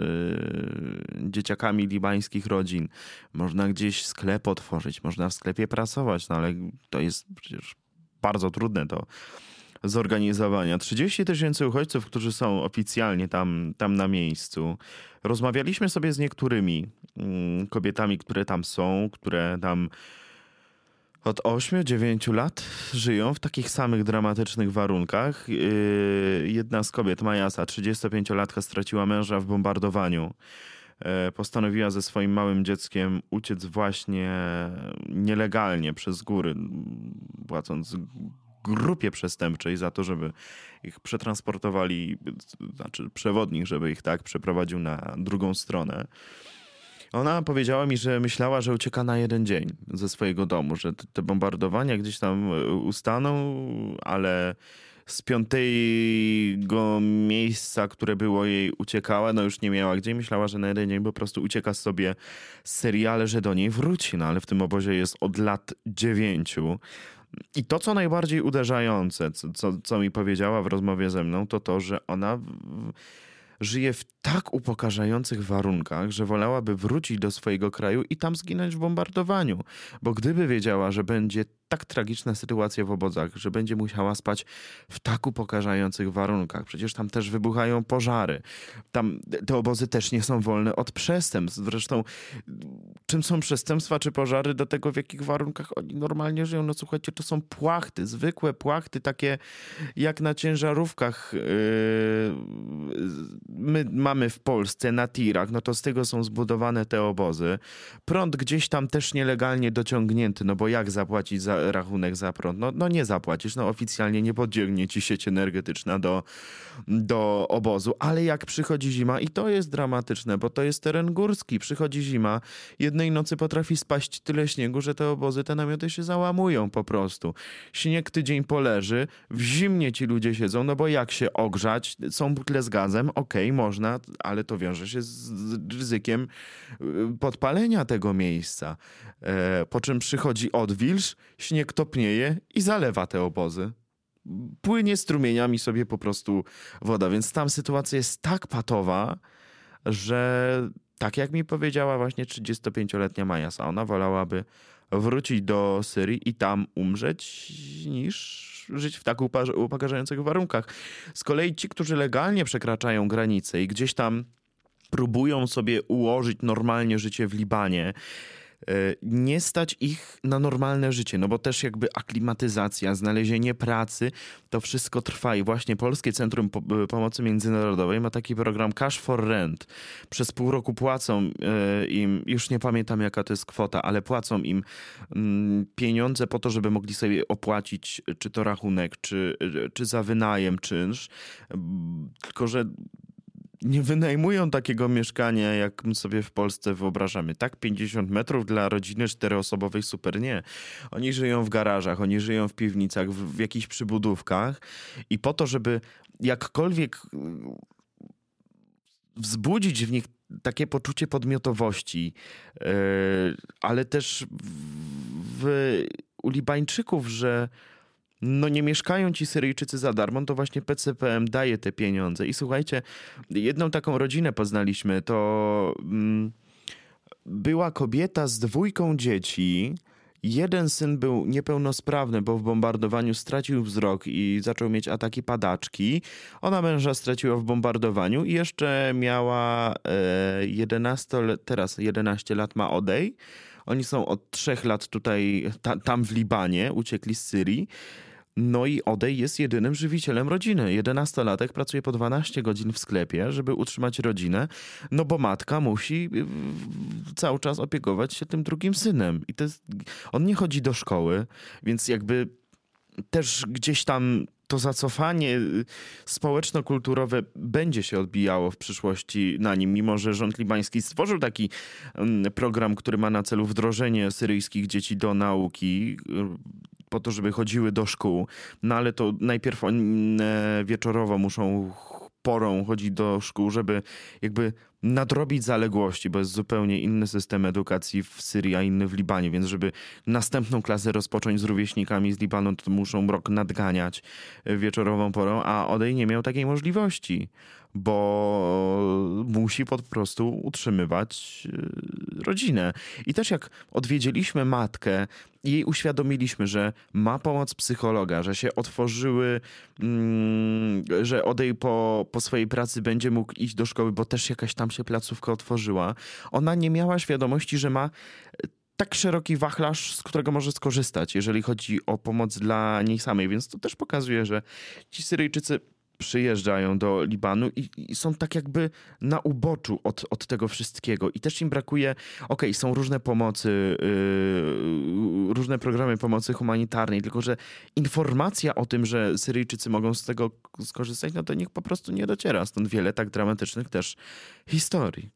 e, dzieciakami libańskich rodzin. Można gdzieś sklep otworzyć, można w sklepie pracować, no ale to jest przecież bardzo trudne do zorganizowania. trzydzieści tysięcy uchodźców, którzy są oficjalnie tam, tam na miejscu. Rozmawialiśmy sobie z niektórymi mm, kobietami, które tam są, które tam od ośmiu dziewięciu lat żyją w takich samych dramatycznych warunkach. Yy, jedna z kobiet, Majasa, trzydziestopięciolatka, straciła męża w bombardowaniu. Yy, postanowiła ze swoim małym dzieckiem uciec właśnie nielegalnie przez góry, płacąc grupie przestępczej za to, żeby ich przetransportowali, znaczy przewodnik, żeby ich tak przeprowadził na drugą stronę. Ona powiedziała mi, że myślała, że ucieka na jeden dzień ze swojego domu, że te bombardowania gdzieś tam ustaną, ale z piątego miejsca, które było jej, uciekała, no już nie miała gdzie. Myślała, że na jeden dzień po prostu ucieka sobie z serii, ale że do niej wróci. No ale w tym obozie jest od lat dziewięciu. I to, co najbardziej uderzające, co, co, co mi powiedziała w rozmowie ze mną, to to, że ona w, żyje w tak upokarzających warunkach, że wolałaby wrócić do swojego kraju i tam zginąć w bombardowaniu. Bo gdyby wiedziała, że będzie tak tragiczna sytuacja w obozach, że będzie musiała spać w tak upokarzających warunkach. Przecież tam też wybuchają pożary. Tam te obozy też nie są wolne od przestępstw. Zresztą czym są przestępstwa czy pożary do tego, w jakich warunkach oni normalnie żyją? No słuchajcie, to są płachty, zwykłe płachty, takie jak na ciężarówkach yy, my mamy w Polsce na tirach. No to z tego są zbudowane te obozy. Prąd gdzieś tam też nielegalnie dociągnięty, no bo jak zapłacić za rachunek za prąd? No, no nie zapłacisz, no oficjalnie nie podciągnie ci sieć energetyczna do, do obozu, ale jak przychodzi zima, i to jest dramatyczne, bo to jest teren górski, przychodzi zima, jednej nocy potrafi spaść tyle śniegu, że te obozy, te namioty się załamują po prostu. Śnieg tydzień poleży, w zimnie ci ludzie siedzą, no bo jak się ogrzać? Są butle z gazem, okej, okay, można, ale to wiąże się z ryzykiem podpalenia tego miejsca. E, po czym przychodzi odwilż, śnieg topnieje i zalewa te obozy. Płynie strumieniami sobie po prostu woda, więc tam sytuacja jest tak patowa, że tak jak mi powiedziała właśnie trzydziestopięcioletnia Majasa, ona wolałaby wrócić do Syrii i tam umrzeć, niż żyć w tak upokarzających warunkach. Z kolei ci, którzy legalnie przekraczają granice i gdzieś tam próbują sobie ułożyć normalnie życie w Libanie, nie stać ich na normalne życie, no bo też jakby aklimatyzacja, znalezienie pracy, to wszystko trwa i właśnie Polskie Centrum Pomocy Międzynarodowej ma taki program Cash for Rent. Przez pół roku płacą im, już nie pamiętam jaka to jest kwota, ale płacą im pieniądze po to, żeby mogli sobie opłacić czy to rachunek, czy, czy za wynajem czynsz, tylko że nie wynajmują takiego mieszkania, jak my sobie w Polsce wyobrażamy. Tak, pięćdziesiąt metrów dla rodziny czteroosobowej, super, nie. Oni żyją w garażach, oni żyją w piwnicach, w, w jakichś przybudówkach i po to, żeby jakkolwiek wzbudzić w nich takie poczucie podmiotowości, yy, ale też w, w, u Libańczyków, że no nie mieszkają ci Syryjczycy za darmo, to właśnie P C P M daje te pieniądze. I słuchajcie, jedną taką rodzinę poznaliśmy, to mm, była kobieta z dwójką dzieci. Jeden syn był niepełnosprawny, bo w bombardowaniu stracił wzrok i zaczął mieć ataki padaczki. Ona męża straciła w bombardowaniu i jeszcze miała e, jedenaście, teraz jedenaście lat ma Odej. Oni są od trzech lat tutaj, ta, tam w Libanie, uciekli z Syrii. No i Odej jest jedynym żywicielem rodziny. jedenastolatek pracuje po dwanaście godzin w sklepie, żeby utrzymać rodzinę, no bo matka musi cały czas opiekować się tym drugim synem. I to jest, on nie chodzi do szkoły, więc jakby też gdzieś tam to zacofanie społeczno-kulturowe będzie się odbijało w przyszłości na nim, mimo że rząd libański stworzył taki program, który ma na celu wdrożenie syryjskich dzieci do nauki, po to, żeby chodziły do szkół. No ale to najpierw oni wieczorowo muszą porą chodzić do szkół, żeby jakby nadrobić zaległości, bo jest zupełnie inny system edukacji w Syrii, a inny w Libanie, więc żeby następną klasę rozpocząć z rówieśnikami z Libanu, to muszą rok nadganiać wieczorową porą, a Odej nie miał takiej możliwości, bo musi po prostu utrzymywać rodzinę. I też jak odwiedziliśmy matkę i jej uświadomiliśmy, że ma pomoc psychologa, że się otworzyły, mm, że Odej po, po swojej pracy będzie mógł iść do szkoły, bo też jakaś tam się placówka otworzyła. Ona nie miała świadomości, że ma tak szeroki wachlarz, z którego może skorzystać, jeżeli chodzi o pomoc dla niej samej. Więc to też pokazuje, że ci Syryjczycy przyjeżdżają do Libanu i, i są tak jakby na uboczu od, od tego wszystkiego. I też im brakuje, okej, okay, są różne pomocy, yy, różne programy pomocy humanitarnej, tylko że informacja o tym, że Syryjczycy mogą z tego skorzystać, no to nikt po prostu nie dociera. Stąd wiele tak dramatycznych też historii.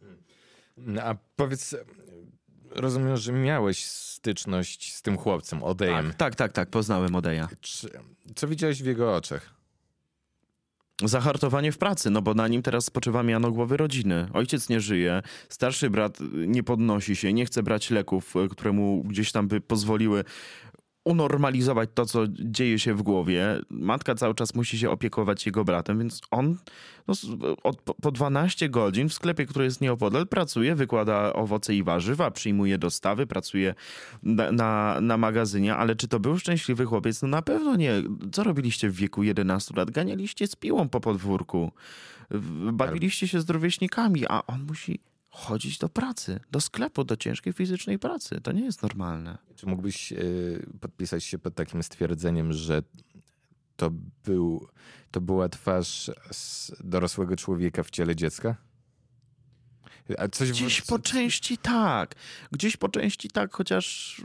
A powiedz, rozumiem, że miałeś styczność z tym chłopcem, Odejem. Tak, tak, tak, tak poznałem Odeja. Czy, co widziałeś w jego oczach? Zahartowanie w pracy, no bo na nim teraz spoczywa miano głowy rodziny. Ojciec nie żyje, starszy brat nie podnosi się, nie chce brać leków, które mu gdzieś tam by pozwoliły unormalizować to, co dzieje się w głowie. Matka cały czas musi się opiekować jego bratem, więc on no, od, po dwanaście godzin w sklepie, który jest nieopodal, pracuje, wykłada owoce i warzywa, przyjmuje dostawy, pracuje na, na, na magazynie, ale czy to był szczęśliwy chłopiec? No na pewno nie. Co robiliście w wieku jedenastu lat? Ganialiście z piłą po podwórku. Bawiliście się z rówieśnikami, a on musi chodzić do pracy, do sklepu, do ciężkiej fizycznej pracy. To nie jest normalne. Czy mógłbyś y, podpisać się pod takim stwierdzeniem, że to, był, to była twarz dorosłego człowieka w ciele dziecka? A coś Gdzieś w... po części tak. Gdzieś po części tak, chociaż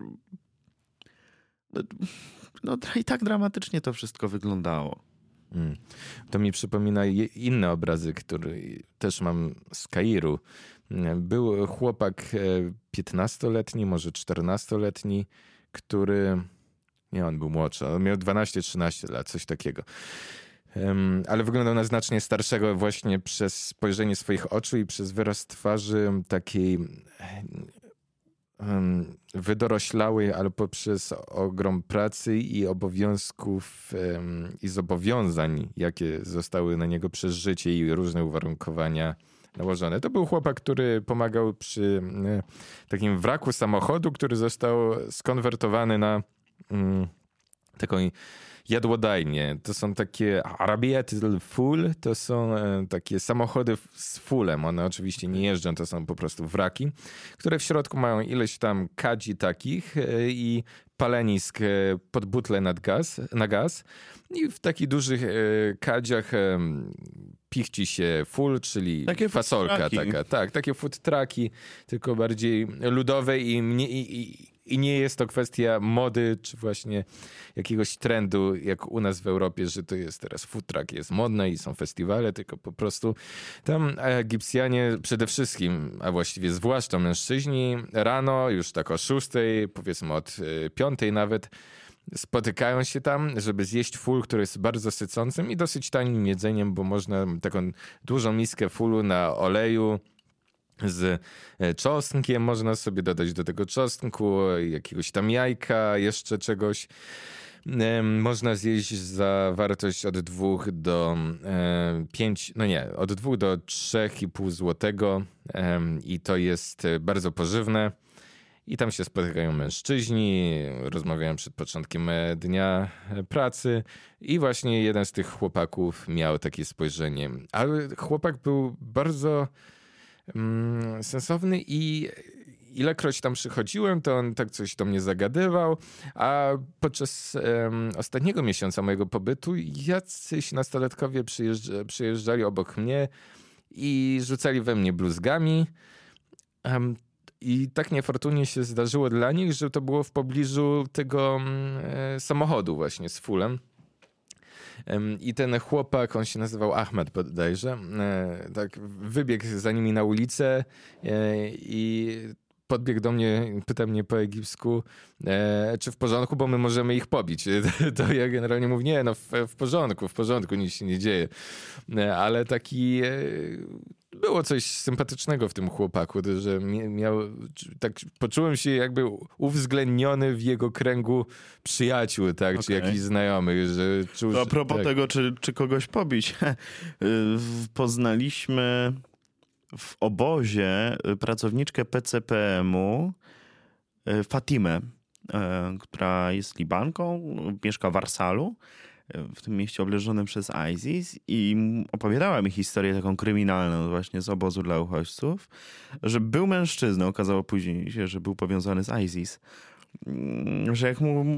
no i tak dramatycznie to wszystko wyglądało. Hmm. To mi przypomina inne obrazy, które też mam z Kairu. Był chłopak piętnastoletni, może czternastoletni, który... Nie, on był młodszy, on miał dwanaście trzynaście lat, coś takiego. Um, ale wyglądał na znacznie starszego właśnie przez spojrzenie swoich oczu i przez wyraz twarzy takiej um, wydoroślałej, ale poprzez ogrom pracy i obowiązków um, i zobowiązań, jakie zostały na niego przez życie i różne uwarunkowania nałożone. To był chłopak, który pomagał przy e, takim wraku samochodu, który został skonwertowany na mm, taką jadłodajnię. To są takie Arabiatul Ful, to są e, takie samochody z fulem. One oczywiście nie jeżdżą, to są po prostu wraki, które w środku mają ileś tam kadzi takich e, i palenisk e, pod butlę nad gaz, na gaz. I w takich dużych e, kadziach e, pichci się full, czyli takie fasolka taka. Tak, takie food trucki, tylko bardziej ludowe i, i, i, i nie jest to kwestia mody, czy właśnie jakiegoś trendu, jak u nas w Europie, że to jest teraz food truck, jest modne i są festiwale, tylko po prostu tam Egipcjanie przede wszystkim, a właściwie zwłaszcza mężczyźni, rano już tak o szóstej, powiedzmy od piątej nawet, spotykają się tam, żeby zjeść ful, który jest bardzo sycącym i dosyć tanim jedzeniem, bo można taką dużą miskę fulu na oleju z czosnkiem, można sobie dodać do tego czosnku, jakiegoś tam jajka, jeszcze czegoś. Można zjeść za wartość od dwóch do pięć, no nie, od dwóch do trzech i pół złotego i to jest bardzo pożywne. I tam się spotykają mężczyźni, rozmawiają przed początkiem dnia pracy i właśnie jeden z tych chłopaków miał takie spojrzenie. Ale chłopak był bardzo mm, sensowny i ilekroć tam przychodziłem, to on tak coś do mnie zagadywał, a podczas um, ostatniego miesiąca mojego pobytu jacyś nastolatkowie przyjeżdż- przyjeżdżali obok mnie i rzucali we mnie bluzgami. Um, I tak niefortunnie się zdarzyło dla nich, że to było w pobliżu tego e, samochodu właśnie z fulem. I ten chłopak, on się nazywał Ahmed bodajże, tak wybiegł za nimi na ulicę i podbiegł do mnie, pyta mnie po egipsku, czy w porządku, bo my możemy ich pobić. To ja generalnie mówię, nie, no w, w porządku, w porządku, nic się nie dzieje. Ale taki... Było coś sympatycznego w tym chłopaku, że miał, tak poczułem się jakby uwzględniony w jego kręgu przyjaciół, tak, okay. czy jakichś znajomych. Że czuł, to a propos tak. tego, czy, czy kogoś pobić. Poznaliśmy w obozie pracowniczkę P C P M-u Fatimę, która jest Libanką, mieszka w Arsalu, w tym mieście obleżonym przez ISIS i opowiadała mi historię taką kryminalną właśnie z obozu dla uchodźców, że był mężczyzną, okazało później się, że był powiązany z ISIS, że jak mu...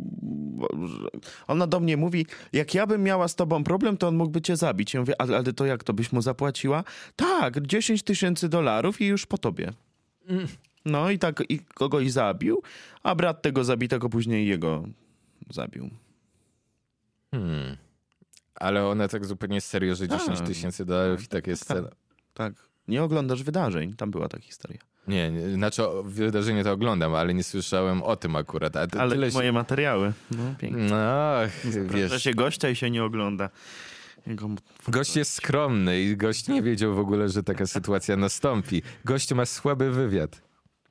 Ona do mnie mówi, jak ja bym miała z tobą problem, to on mógłby cię zabić. Ja mówię, ale, ale to jak, to byś mu zapłaciła? Tak, dziesięć tysięcy dolarów i już po tobie. Mm. No i tak i kogoś zabił, a brat tego zabitego później jego zabił. Hmm. Ale ona tak zupełnie serio, że dziesięć tysięcy dolarów i tak jest tak, cena. Tak. Nie oglądasz wydarzeń. Tam była ta historia. Nie, nie znaczy wydarzenie to oglądam, ale nie słyszałem o tym akurat. A ale tyle moje się... materiały. No, pięknie. No, wiesz. się gościa i się nie ogląda. Jego... Gość jest skromny i gość nie wiedział w ogóle, że taka sytuacja nastąpi. Gość ma słaby wywiad.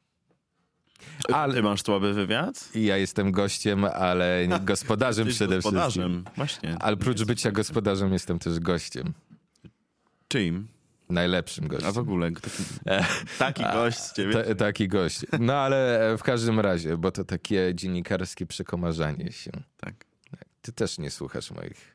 Ale... Ty masz słaby wywiad? Ja jestem gościem, ale gospodarzem przede gospodarzem. wszystkim. Właśnie. Ale prócz bycia gospodarzem jestem też gościem. Czyim? Najlepszym gościem. A w ogóle taki, taki gość z ciebie? Ta, taki gość. No ale w każdym razie, bo to takie dziennikarskie przekomarzanie się. Tak. Ty też nie słuchasz moich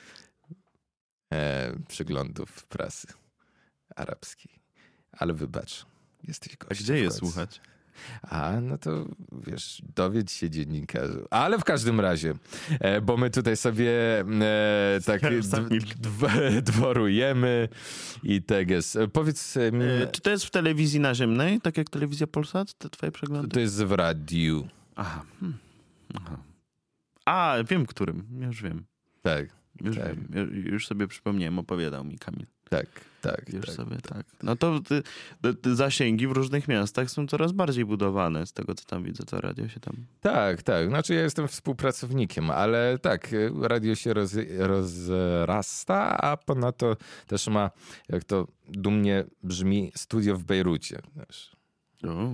e, przeglądów prasy arabskiej. Ale wybacz, jesteś gościem. A gdzie je słuchać? A, no to wiesz, dowiedz się dziennikarzu. Ale w każdym razie, e, bo my tutaj sobie e, tak d- d- dworujemy i tak jest. Powiedz mi... E, czy to jest w telewizji naziemnej, tak jak telewizja Polsat, te twoje przeglądy? To jest w radiu. Aha. Hmm. Aha. A, wiem którym, już wiem. Tak. Już tak. wiem, już sobie przypomniałem, opowiadał mi Kamil. Tak, tak. Już tak, sobie tak. tak. No to ty, ty, zasięgi w różnych miastach są coraz bardziej budowane, z tego co tam widzę, to radio się tam... Tak, tak. Znaczy ja jestem współpracownikiem, ale tak, radio się roz, rozrasta, a ponadto też ma, jak to dumnie brzmi, studio w Bejrucie. Wiesz. O.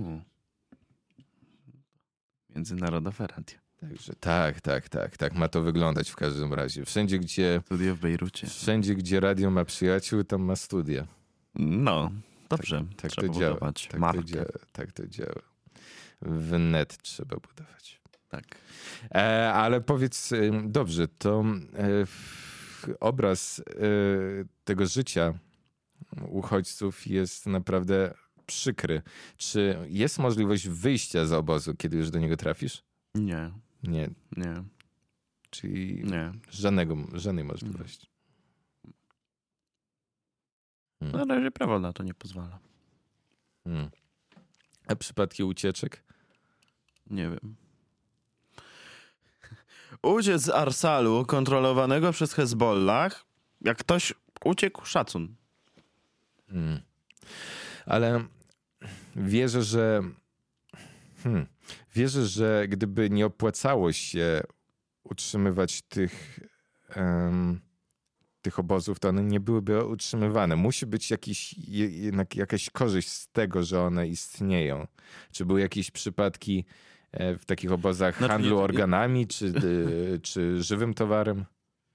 Międzynarodowe radio. Także tak, tak, tak, tak ma to wyglądać w każdym razie. Wszędzie, gdzie... Studio w Bejrucie. Wszędzie, gdzie radio ma przyjaciół, tam ma studia. No, dobrze. Tak, tak trzeba to działa. budować tak, markę. to działa. tak to działa. W net trzeba budować. Tak. E, ale powiedz, dobrze, to e, obraz e, tego życia uchodźców jest naprawdę przykry. Czy jest możliwość wyjścia z obozu, kiedy już do niego trafisz? Nie. Nie. Nie. Czyli nie. Żadnego, żadnej możliwości. Hmm. Na razie prawo na to nie pozwala. Hmm. A przypadki ucieczek? Nie wiem. Uciec z Arsalu kontrolowanego przez Hezbollah, jak ktoś uciekł, szacun. Hmm. Ale wierzę, że hmm, wierzę, że gdyby nie opłacało się utrzymywać tych um, tych obozów, to one nie byłyby utrzymywane. Musi być jakiś, jednak jakaś korzyść z tego, że one istnieją. Czy były jakieś przypadki w takich obozach znaczy, handlu nie, organami, nie... Czy, czy żywym towarem?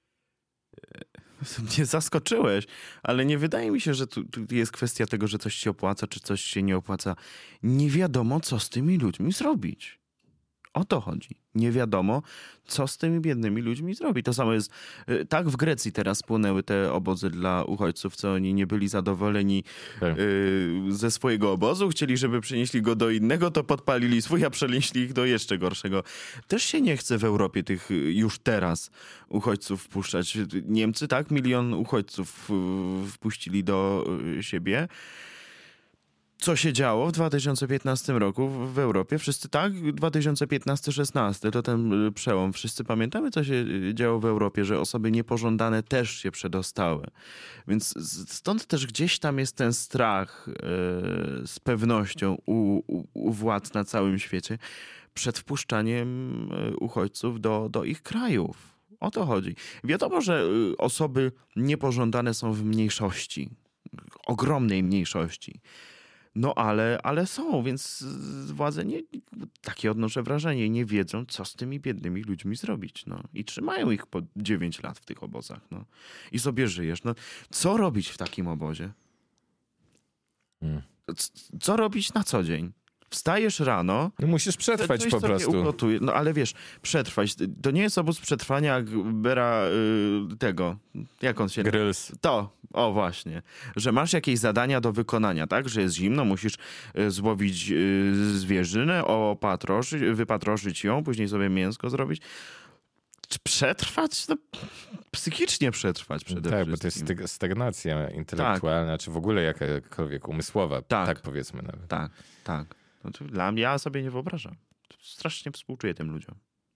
Mnie zaskoczyłeś, ale nie wydaje mi się, że tu, tu jest kwestia tego, że coś się opłaca, czy coś się nie opłaca. Nie wiadomo, co z tymi ludźmi zrobić. O to chodzi. Nie wiadomo, co z tymi biednymi ludźmi zrobi. To samo jest, tak w Grecji teraz spłonęły te obozy dla uchodźców, co oni nie byli zadowoleni Tak. y, ze swojego obozu, chcieli, żeby przenieśli go do innego, to podpalili swój, a przenieśli ich do jeszcze gorszego. Też się nie chce w Europie tych już teraz uchodźców wpuszczać. Niemcy, tak, milion uchodźców y, wpuścili do y, siebie. Co się działo w dwa tysiące piętnastym roku w Europie? Wszyscy tak? dwa tysiące piętnasty szesnasty to ten y, przełom. Wszyscy pamiętamy, co się y, działo w Europie, że osoby niepożądane też się przedostały. Więc z- stąd też gdzieś tam jest ten strach y, z pewnością u, u, u władz na całym świecie przed wpuszczaniem y, uchodźców do, do ich krajów. O to chodzi. Wiadomo, że y, osoby niepożądane są w mniejszości. Ogromnej mniejszości. No ale, ale są, więc władze nie, takie odnoszę wrażenie, nie wiedzą, co z tymi biednymi ludźmi zrobić. No. I trzymają ich po dziewięć lat w tych obozach. No. I sobie żyjesz. No. Co robić w takim obozie? Hmm. C- Co robić na co dzień? Wstajesz rano. No musisz przetrwać coś po sobie prostu. Ugotuje. No ale wiesz, przetrwać. To nie jest obóz przetrwania jak Bera y, tego. Jak on się Grills. To, o właśnie, że masz jakieś zadania do wykonania, tak? Że jest zimno, musisz y, złowić y, zwierzynę, opatroszyć, wypatroszyć ją, później sobie mięsko zrobić. Czy przetrwać? No, psychicznie przetrwać przede Tak, wszystkim. bo to jest styg- stagnacja intelektualna, czy w ogóle jakakolwiek umysłowa, tak, Tak. powiedzmy nawet. Tak, tak. No to dla mnie, ja sobie nie wyobrażam. Strasznie współczuję tym ludziom.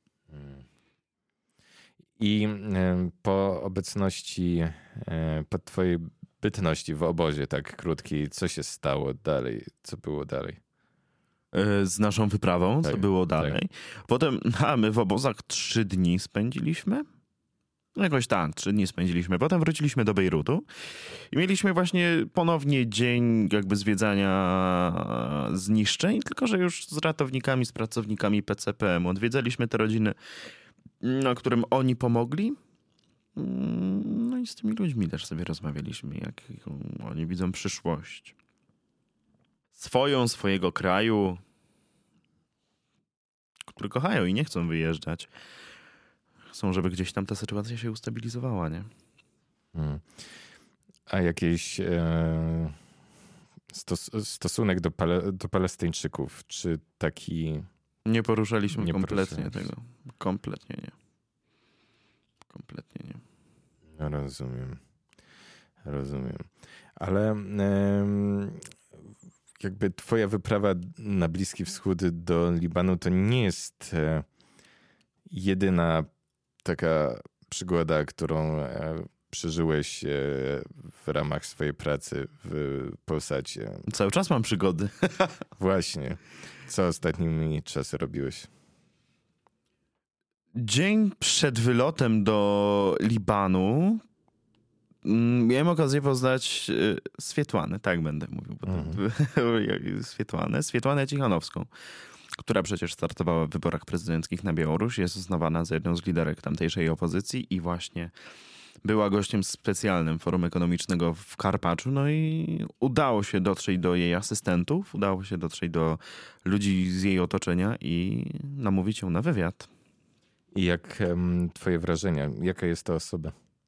I e, po obecności, e, po twojej bytności w obozie tak krótkiej, co się stało dalej? Co było dalej? Y, Z naszą wyprawą, co Tak, było dalej. Potem, a my w obozach trzy dni spędziliśmy. No jakoś tak, trzy dni spędziliśmy. Potem wróciliśmy do Bejrutu i mieliśmy właśnie ponownie dzień jakby zwiedzania zniszczeń, tylko że już z ratownikami, z pracownikami P C P M. Odwiedzaliśmy te rodziny, no, którym oni pomogli. No i z tymi ludźmi też sobie rozmawialiśmy, jak oni widzą przyszłość. Swoją, swojego kraju, który kochają i nie chcą wyjeżdżać. Chcą, żeby gdzieś tam ta sytuacja się ustabilizowała, nie? Hmm. A jakiś e, stos, stosunek do, pale, do Palestyńczyków, czy taki... Nie poruszaliśmy Nie kompletnie poruszaliście. tego. Kompletnie nie. Kompletnie nie. No, rozumiem. Rozumiem. Ale em, jakby twoja wyprawa na Bliski Wschód do Libanu to nie jest e, jedyna taka przygoda, którą e, przeżyłeś e, w ramach swojej pracy w Polsacie. Cały czas mam przygody. Właśnie. Co ostatnimi czasy robiłeś? Dzień przed wylotem do Libanu mm, miałem okazję poznać y, Swietłanę, tak będę mówił potem. Swietłanę, Swietłanę Cichanowską, która przecież startowała w wyborach prezydenckich na Białoruś, jest uznawana za jedną z liderek tamtejszej opozycji i właśnie była gościem specjalnym Forum Ekonomicznego w Karpaczu, no i udało się dotrzeć do jej asystentów, udało się dotrzeć do ludzi z jej otoczenia i namówić ją na wywiad. I jak em, twoje wrażenia? Jaka jest to osoba?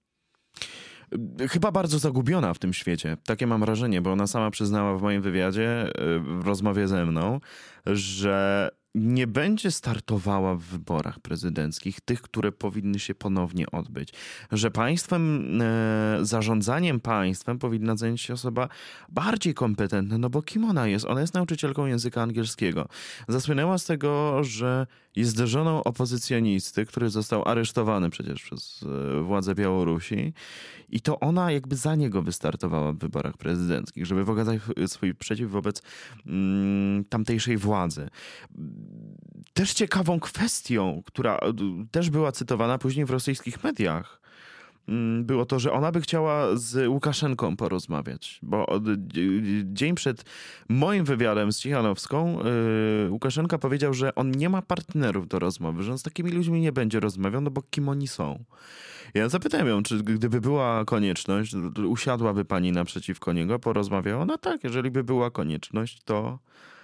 Chyba bardzo zagubiona w tym świecie. Takie mam wrażenie, bo ona sama przyznała w moim wywiadzie, y, w rozmowie ze mną, że nie będzie startowała w wyborach prezydenckich, tych, które powinny się ponownie odbyć. Że państwem, e, zarządzaniem państwem powinna zająć się osoba bardziej kompetentna, no bo kim ona jest? Ona jest nauczycielką języka angielskiego. Zasłynęła z tego, że jest żoną opozycjonisty, który został aresztowany przecież przez e, władze Białorusi i to ona jakby za niego wystartowała w wyborach prezydenckich, żeby pokazać swój przeciw wobec mm, tamtejszej władzy. Też ciekawą kwestią, która też była cytowana później w rosyjskich mediach, było to, że ona by chciała z Łukaszenką porozmawiać, bo od, dzień przed moim wywiadem z Cichanowską yy, Łukaszenka powiedział, że on nie ma partnerów do rozmowy, że on z takimi ludźmi nie będzie rozmawiał, no bo kim oni są. Ja zapytałem ją, czy gdyby była konieczność, usiadłaby pani naprzeciwko niego, porozmawiała? No tak, jeżeli by była konieczność, to,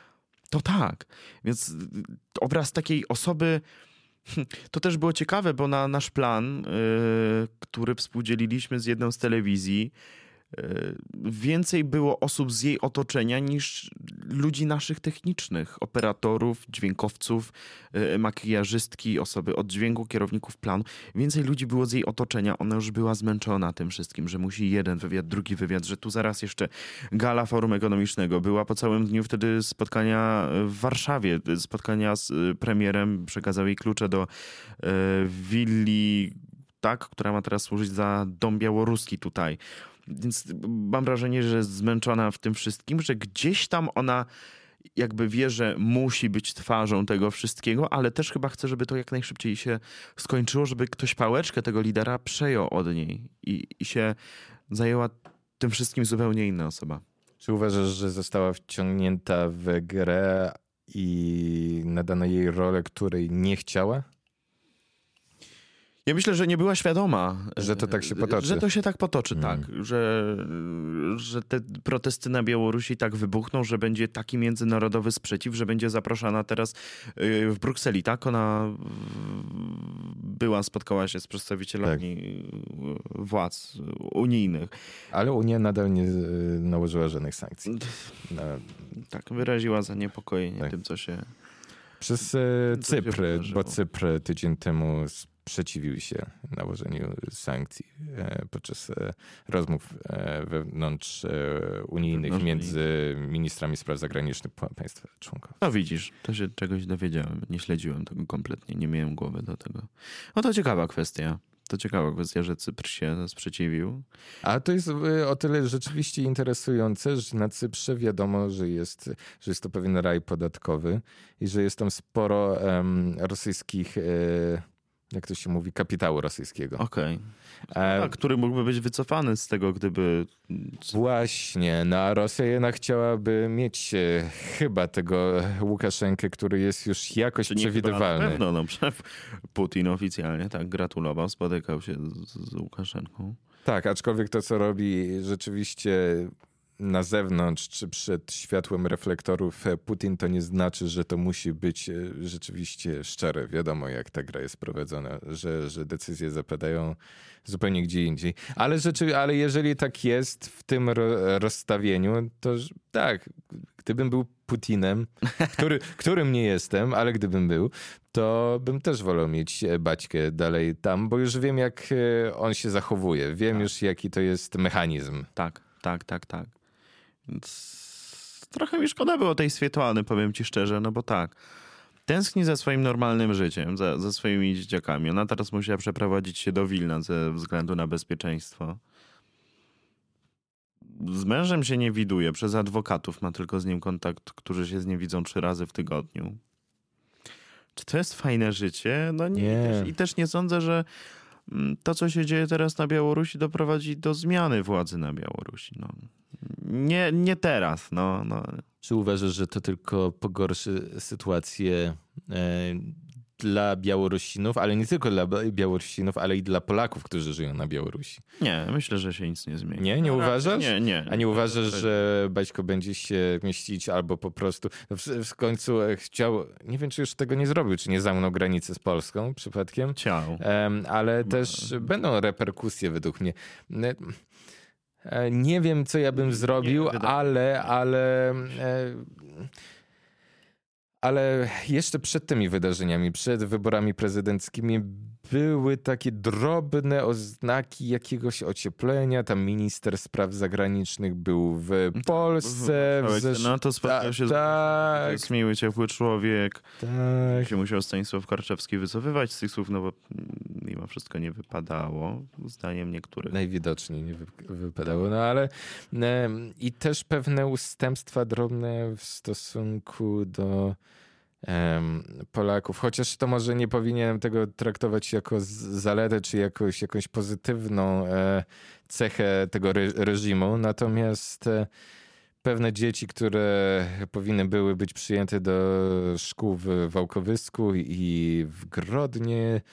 To tak. Więc obraz takiej osoby, to też było ciekawe, bo na nasz plan, yy, który współdzieliliśmy z jedną z telewizji, yy, więcej było osób z jej otoczenia niż ludzi naszych technicznych, operatorów, dźwiękowców, yy, makijażystki, osoby od dźwięku, kierowników planu. Więcej ludzi było z jej otoczenia. Ona już była zmęczona tym wszystkim, że musi jeden wywiad, drugi wywiad, że tu zaraz jeszcze gala Forum Ekonomicznego. Była po całym dniu wtedy spotkania w Warszawie, spotkania z premierem, przekazał jej klucze do yy, willi, tak, która ma teraz służyć za dom białoruski tutaj. Więc mam wrażenie, że jest zmęczona w tym wszystkim, że gdzieś tam ona jakby wie, że musi być twarzą tego wszystkiego, ale też chyba chce, żeby to jak najszybciej się skończyło, żeby ktoś pałeczkę tego lidera przejął od niej i, i się zajęła tym wszystkim zupełnie inna osoba. Czy uważasz, że została wciągnięta w grę i nadano jej rolę, której nie chciała? Ja myślę, że nie była świadoma, że to tak się potoczy. Że to się tak potoczy, mm. tak. Że, że te protesty na Białorusi tak wybuchną, że będzie taki międzynarodowy sprzeciw, że będzie zaproszona teraz w Brukseli, tak? Ona była, spotkała się z przedstawicielami tak. władz unijnych. Ale Unia nadal nie nałożyła żadnych sankcji. No. Tak, wyraziła zaniepokojenie tak. tym, co się... Przez e, Cypr, się bo Cypr tydzień temu sprzeciwił się nałożeniu sankcji e, podczas e, rozmów e, wewnątrz e, unijnych wewnątrz między ministrami spraw zagranicznych państw członkowskich. No widzisz, to się czegoś dowiedziałem. Nie śledziłem tego kompletnie, nie miałem głowy do tego. No to ciekawa kwestia. To ciekawa kwestia, że Cypr się sprzeciwił. A to jest o tyle rzeczywiście interesujące, że na Cyprze wiadomo, że jest, że jest to pewien raj podatkowy i że jest tam sporo um, rosyjskich, e, jak to się mówi, kapitału rosyjskiego. Okej. Okay. Który mógłby być wycofany z tego, gdyby... Właśnie, no a Rosja jednak chciałaby mieć e, chyba tego Łukaszenkę, który jest już jakoś Czy przewidywalny. Na pewno, no, Putin oficjalnie tak gratulował, spotykał się z, z Łukaszenką. Tak, aczkolwiek to, co robi rzeczywiście na zewnątrz, czy przed światłem reflektorów Putin, to nie znaczy, że to musi być rzeczywiście szczere. Wiadomo, jak ta gra jest prowadzona, że, że decyzje zapadają zupełnie gdzie indziej. Ale, rzeczy, ale jeżeli tak jest w tym ro, rozstawieniu, to tak, gdybym był Putinem, który, którym nie jestem, ale gdybym był, to bym też wolał mieć Baćkę dalej tam, bo już wiem, jak on się zachowuje. Wiem tak. już, jaki to jest mechanizm. Tak, tak, tak, tak. Więc trochę mi szkoda było tej Swietłany, powiem ci szczerze, no bo tak, tęskni za swoim normalnym życiem, za, za swoimi dzieciakami. Ona teraz musiała przeprowadzić się do Wilna ze względu na bezpieczeństwo. Z mężem się nie widuje, przez adwokatów ma tylko z nim kontakt, którzy się z nim widzą trzy razy w tygodniu. Czy to jest fajne życie? No nie. nie. I, też, I też nie sądzę, że to, co się dzieje teraz na Białorusi, doprowadzi do zmiany władzy na Białorusi. No. Nie, nie teraz. No, no. Czy uważasz, że to tylko pogorszy sytuację e, dla Białorusinów, ale nie tylko dla Białorusinów, ale i dla Polaków, którzy żyją na Białorusi? Nie, myślę, że się nic nie zmieni. Nie? Nie uważasz? Nie, nie. A nie uważasz, że Baćko będzie się mieścić albo po prostu no w, w końcu chciał, nie wiem, czy już tego nie zrobił, czy nie zamknął granicy z Polską przypadkiem? Chciał. Um, ale też będą reperkusje według mnie. Nie wiem, co ja bym zrobił, ale, ale, ale jeszcze przed tymi wydarzeniami, przed wyborami prezydenckimi były takie drobne oznaki jakiegoś ocieplenia. Tam minister spraw zagranicznych był w Polsce. W zesz... No to spotkał się tak. z... jest miły, ciepły człowiek. Tak. Się musiał Stanisław Karczewski wycofywać z tych słów, no bo mimo wszystko nie wypadało, zdaniem niektórych. Najwidoczniej nie wy... wypadało, no ale e, i też pewne ustępstwa drobne w stosunku do Polaków, chociaż to może nie powinienem tego traktować jako zaletę, czy jakoś, jakąś pozytywną cechę tego reżimu, natomiast pewne dzieci, które powinny były być przyjęte do szkół w Wałkowysku i w Grodnie,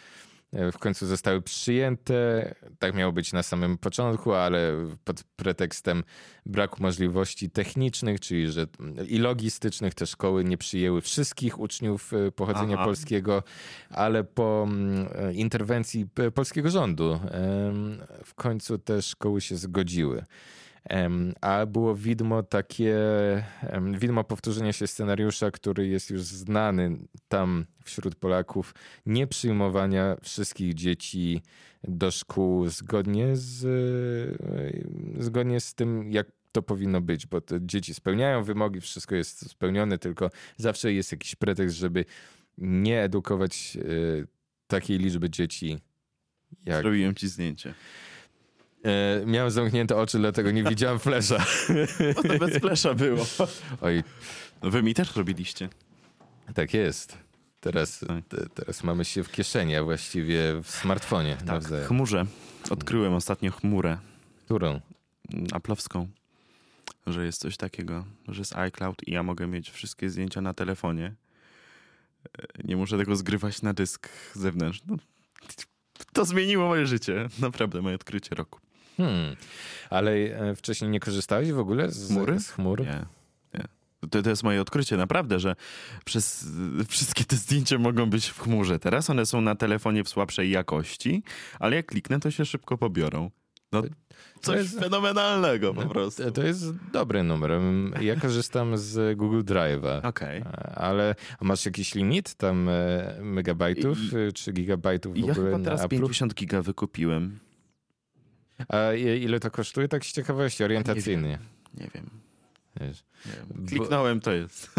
w końcu zostały przyjęte. Tak miało być na samym początku, ale pod pretekstem braku możliwości technicznych, czyli że i logistycznych, te szkoły nie przyjęły wszystkich uczniów pochodzenia Aha. polskiego, ale po interwencji polskiego rządu w końcu te szkoły się zgodziły. A było widmo takie, widmo powtórzenia się scenariusza, który jest już znany tam wśród Polaków, nie przyjmowania wszystkich dzieci do szkół zgodnie z, zgodnie z tym, jak to powinno być, bo te dzieci spełniają wymogi, wszystko jest spełnione, tylko zawsze jest jakiś pretekst, żeby nie edukować takiej liczby dzieci. Jak... Zrobiłem ci zdjęcie. E, miałem zamknięte oczy, dlatego nie widziałem flesza. Bo to bez flesza było. Oj, No wy mi też robiliście. tak jest. Teraz, te, teraz mamy się w kieszeni, a właściwie w smartfonie Tak, w nawzajem. chmurze. Odkryłem ostatnio chmurę Którą? aplowską, że jest coś takiego, że jest iCloud i ja mogę mieć wszystkie zdjęcia na telefonie. Nie muszę tego zgrywać na dysk zewnętrzny. No, to zmieniło moje życie. Naprawdę, moje odkrycie roku. Hmm. Ale e, wcześniej nie korzystałeś w ogóle z Chmury? Z chmur? Nie, nie. To, to jest moje odkrycie, naprawdę, że przez wszystkie te zdjęcia mogą być w chmurze. Teraz one są na telefonie w słabszej jakości, ale jak kliknę, to się szybko pobiorą. No, coś jest- fenomenalnego po prostu. To, to jest dobry numer. Ja korzystam z Google Drive'a. Okej. Ale a masz jakiś limit tam e, megabajtów I- e, czy gigabajtów w Ja ogóle chyba na teraz Apple'u? pięćdziesiąt giga wykupiłem. A i- ile to kosztuje? Tak z ciekawości, orientacyjnie. Nie wiem. Wiesz. Nie wiem. Bo- Kliknąłem, to jest.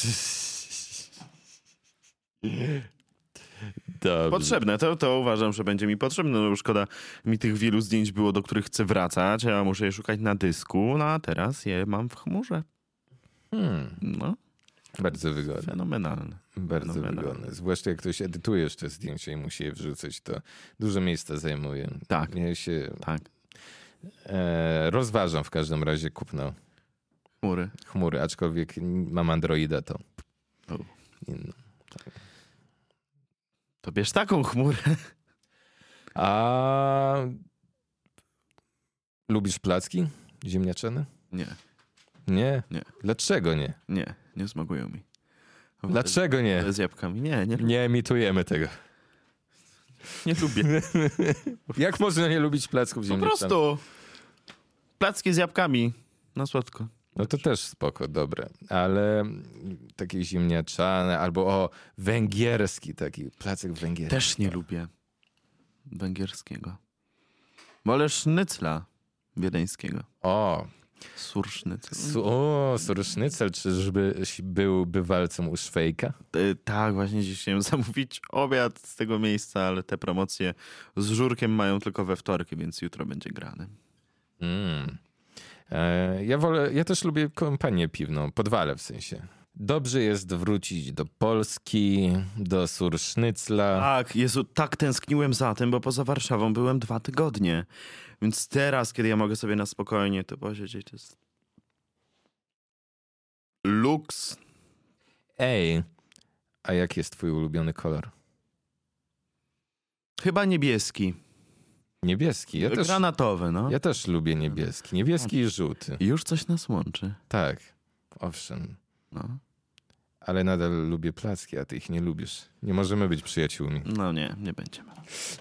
Dobrze. Potrzebne, to, to uważam, że będzie mi potrzebne. No, szkoda, mi tych wielu zdjęć było, do których chcę wracać, a ja muszę je szukać na dysku, no a teraz je mam w chmurze. Hmm, No, bardzo wygodne. fenomenalne. Bardzo fenomenalne. wygodne. Zwłaszcza jak ktoś edytujesz te zdjęcia i musi je wrzucać, to dużo miejsca zajmuje. Tak. Ja się Tak, e, rozważam w każdym razie kupno chmury. chmury, aczkolwiek mam Androida, to O. inno. To bierz taką chmurę. A lubisz placki ziemniaczane? Nie, Nie? Nie. Dlaczego nie? nie, nie smakują mi. Dlaczego nie? Z jabłkami. Nie, nie, Nie emitujemy tego. nie lubię. Jak można nie lubić placków Po ziemniaczanych? prostu. Placki z jabłkami. Na słodko. No to też spoko, dobre. Ale takie ziemniaczane albo o, węgierski taki placek węgierski. Też nie lubię węgierskiego. Wolę sznycla wiedeńskiego. O, Sursznycel. su- o surysznycel, czyżbyś był bywalcą u Szwejka? Y, tak, właśnie dziś chciałem zamówić obiad z tego miejsca, ale te promocje z żurkiem mają tylko we wtorki, więc jutro będzie grane. Mm. E, ja wolę, ja też lubię kompanię piwną, podwale w sensie. Dobrze jest wrócić do Polski, do sursznycla. Tak, Jezu, tak tęskniłem za tym, bo poza Warszawą byłem dwa tygodnie. Więc teraz, kiedy ja mogę sobie na spokojnie to posiedzieć, to jest luks. Ej, a jaki jest twój ulubiony kolor? Chyba niebieski. Niebieski. Ja też, Granatowy, no. ja też lubię niebieski. Niebieski i żółty. Już coś nas łączy. Tak, owszem. No, Ale nadal lubię placki, a ty ich nie lubisz. Nie możemy być przyjaciółmi. no nie, nie będziemy.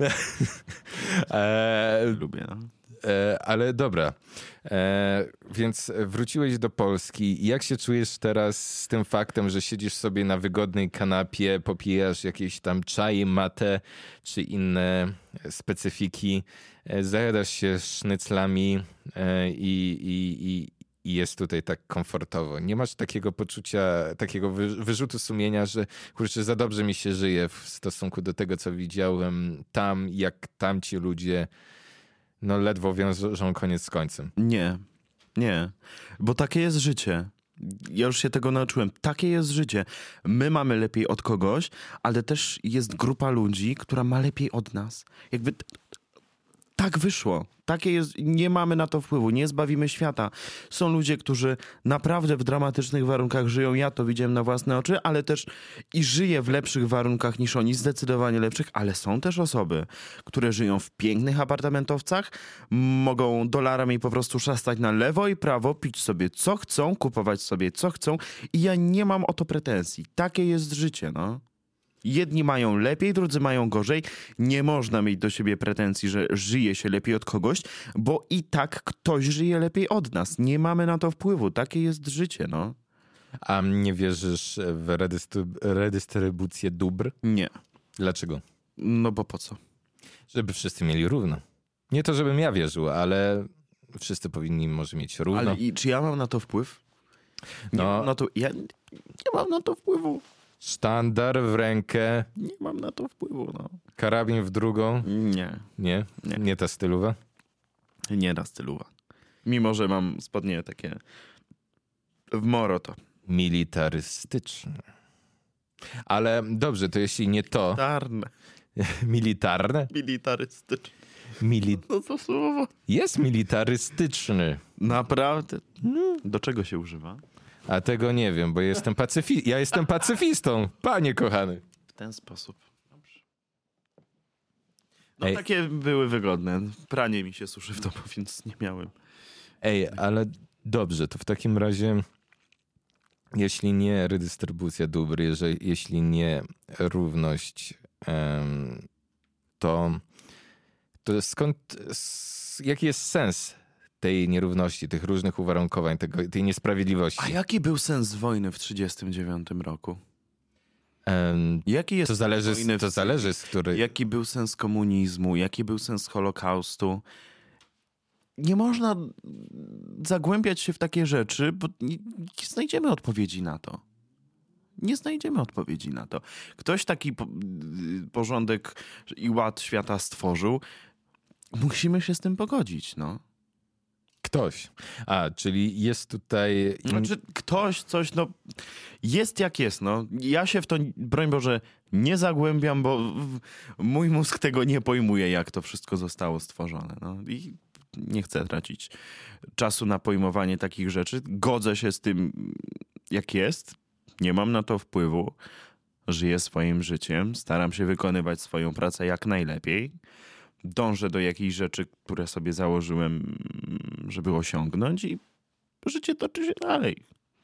Eee, Lubię, no. e, ale dobra. E, więc wróciłeś do Polski. Jak się czujesz teraz z tym faktem, że siedzisz sobie na wygodnej kanapie, popijasz jakieś tam czaj, matę czy inne specyfiki, e, zajadasz się sznyclami e, i, i, i, i jest tutaj tak komfortowo. Nie masz takiego poczucia, takiego wy- wyrzutu sumienia, że kurczę, za dobrze mi się żyje w stosunku do tego, co widziałem tam, jak tamci ludzie no ledwo wiążą koniec z końcem. Nie, nie, bo takie jest życie. Ja już się tego nauczyłem. Takie jest życie. My mamy lepiej od kogoś, ale też jest grupa ludzi, która ma lepiej od nas. Jakby t- Tak wyszło. Takie jest, nie mamy na to wpływu, nie zbawimy świata. Są ludzie, którzy naprawdę w dramatycznych warunkach żyją. Ja to widziałem na własne oczy, ale też i żyję w lepszych warunkach niż oni, zdecydowanie lepszych, ale są też osoby, które żyją w pięknych apartamentowcach, mogą dolarami po prostu szastać na lewo i prawo, pić sobie co chcą, kupować sobie co chcą i ja nie mam o to pretensji. Takie jest życie, no. Jedni mają lepiej, drudzy mają gorzej. Nie można mieć do siebie pretensji, że żyje się lepiej od kogoś, bo i tak ktoś żyje lepiej od nas. Nie mamy na to wpływu. Takie jest życie, no. A nie wierzysz w redystry- redystrybucję dóbr? Nie. Dlaczego? No bo po co? Żeby wszyscy mieli równo. Nie to, żebym ja wierzył, ale wszyscy powinni może mieć równo. Ale i czy ja mam na to wpływ? Nie No. mam na to... Ja nie mam na to wpływu. Sztandar w rękę, Nie mam na to wpływu, no. karabin w drugą. Nie. Nie? Nie. Nie ta stylowa? Nie da styluwa. Mimo, że mam spodnie takie w moro to. Militarystyczne. Ale dobrze, to jeśli nie to... Militarne. Militarne? Militarystyczne. Mili... No to słowo. Jest militarystyczny. Naprawdę? Do czego się używa? A tego nie wiem, bo jestem pacyfi... ja jestem pacyfistą, panie kochany. W ten sposób. Dobrze. No Ej. takie były wygodne. Pranie mi się suszy w domu, więc nie miałem. Ej, ale dobrze, to w takim razie, jeśli nie redystrybucja dóbr, jeżeli, jeśli nie równość, em, to, to skąd, s, jaki jest sens tej nierówności, tych różnych uwarunkowań, tego, tej niesprawiedliwości? A jaki był sens wojny w trzydziestym dziewiątym roku? Em, Jaki jest to zależy, wojny z, to w... zależy z której... Jaki był sens komunizmu? Jaki był sens Holokaustu? Nie można zagłębiać się w takie rzeczy, bo nie, nie znajdziemy odpowiedzi na to. Nie znajdziemy odpowiedzi na to. Ktoś taki po, porządek i ład świata stworzył. Musimy się z tym pogodzić, no. Ktoś. A, czyli jest tutaj... Znaczy, ktoś coś, no, jest jak jest, no. Ja się w to, broń Boże, nie zagłębiam, bo w- mój mózg tego nie pojmuje, jak to wszystko zostało stworzone, no. I nie chcę tracić czasu na pojmowanie takich rzeczy. Godzę się z tym, jak jest. Nie mam na to wpływu. Żyję swoim życiem. Staram się wykonywać swoją pracę jak najlepiej. Dążę do jakichś rzeczy, które sobie założyłem, żeby osiągnąć i życie toczy się dalej.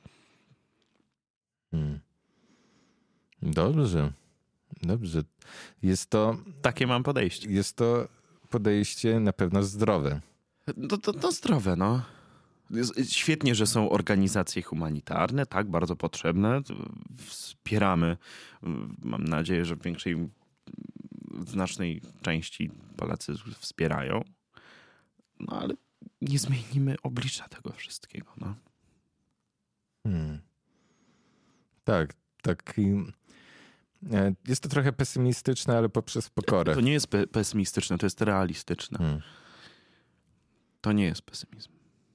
Hmm. Dobrze. Dobrze. Jest to, Takie mam podejście. jest to podejście na pewno zdrowe. No to, to zdrowe, no. Jest- Świetnie, że są organizacje humanitarne, tak, bardzo potrzebne. Wspieramy. Mam nadzieję, że w większej, w znacznej części Polacy wspierają. No ale nie zmienimy oblicza tego wszystkiego, no. Hmm. Tak, tak. e, Jest to trochę pesymistyczne, ale poprzez pokorę. To nie jest pe- pesymistyczne, to jest realistyczne. Hmm. To nie jest pesymizm.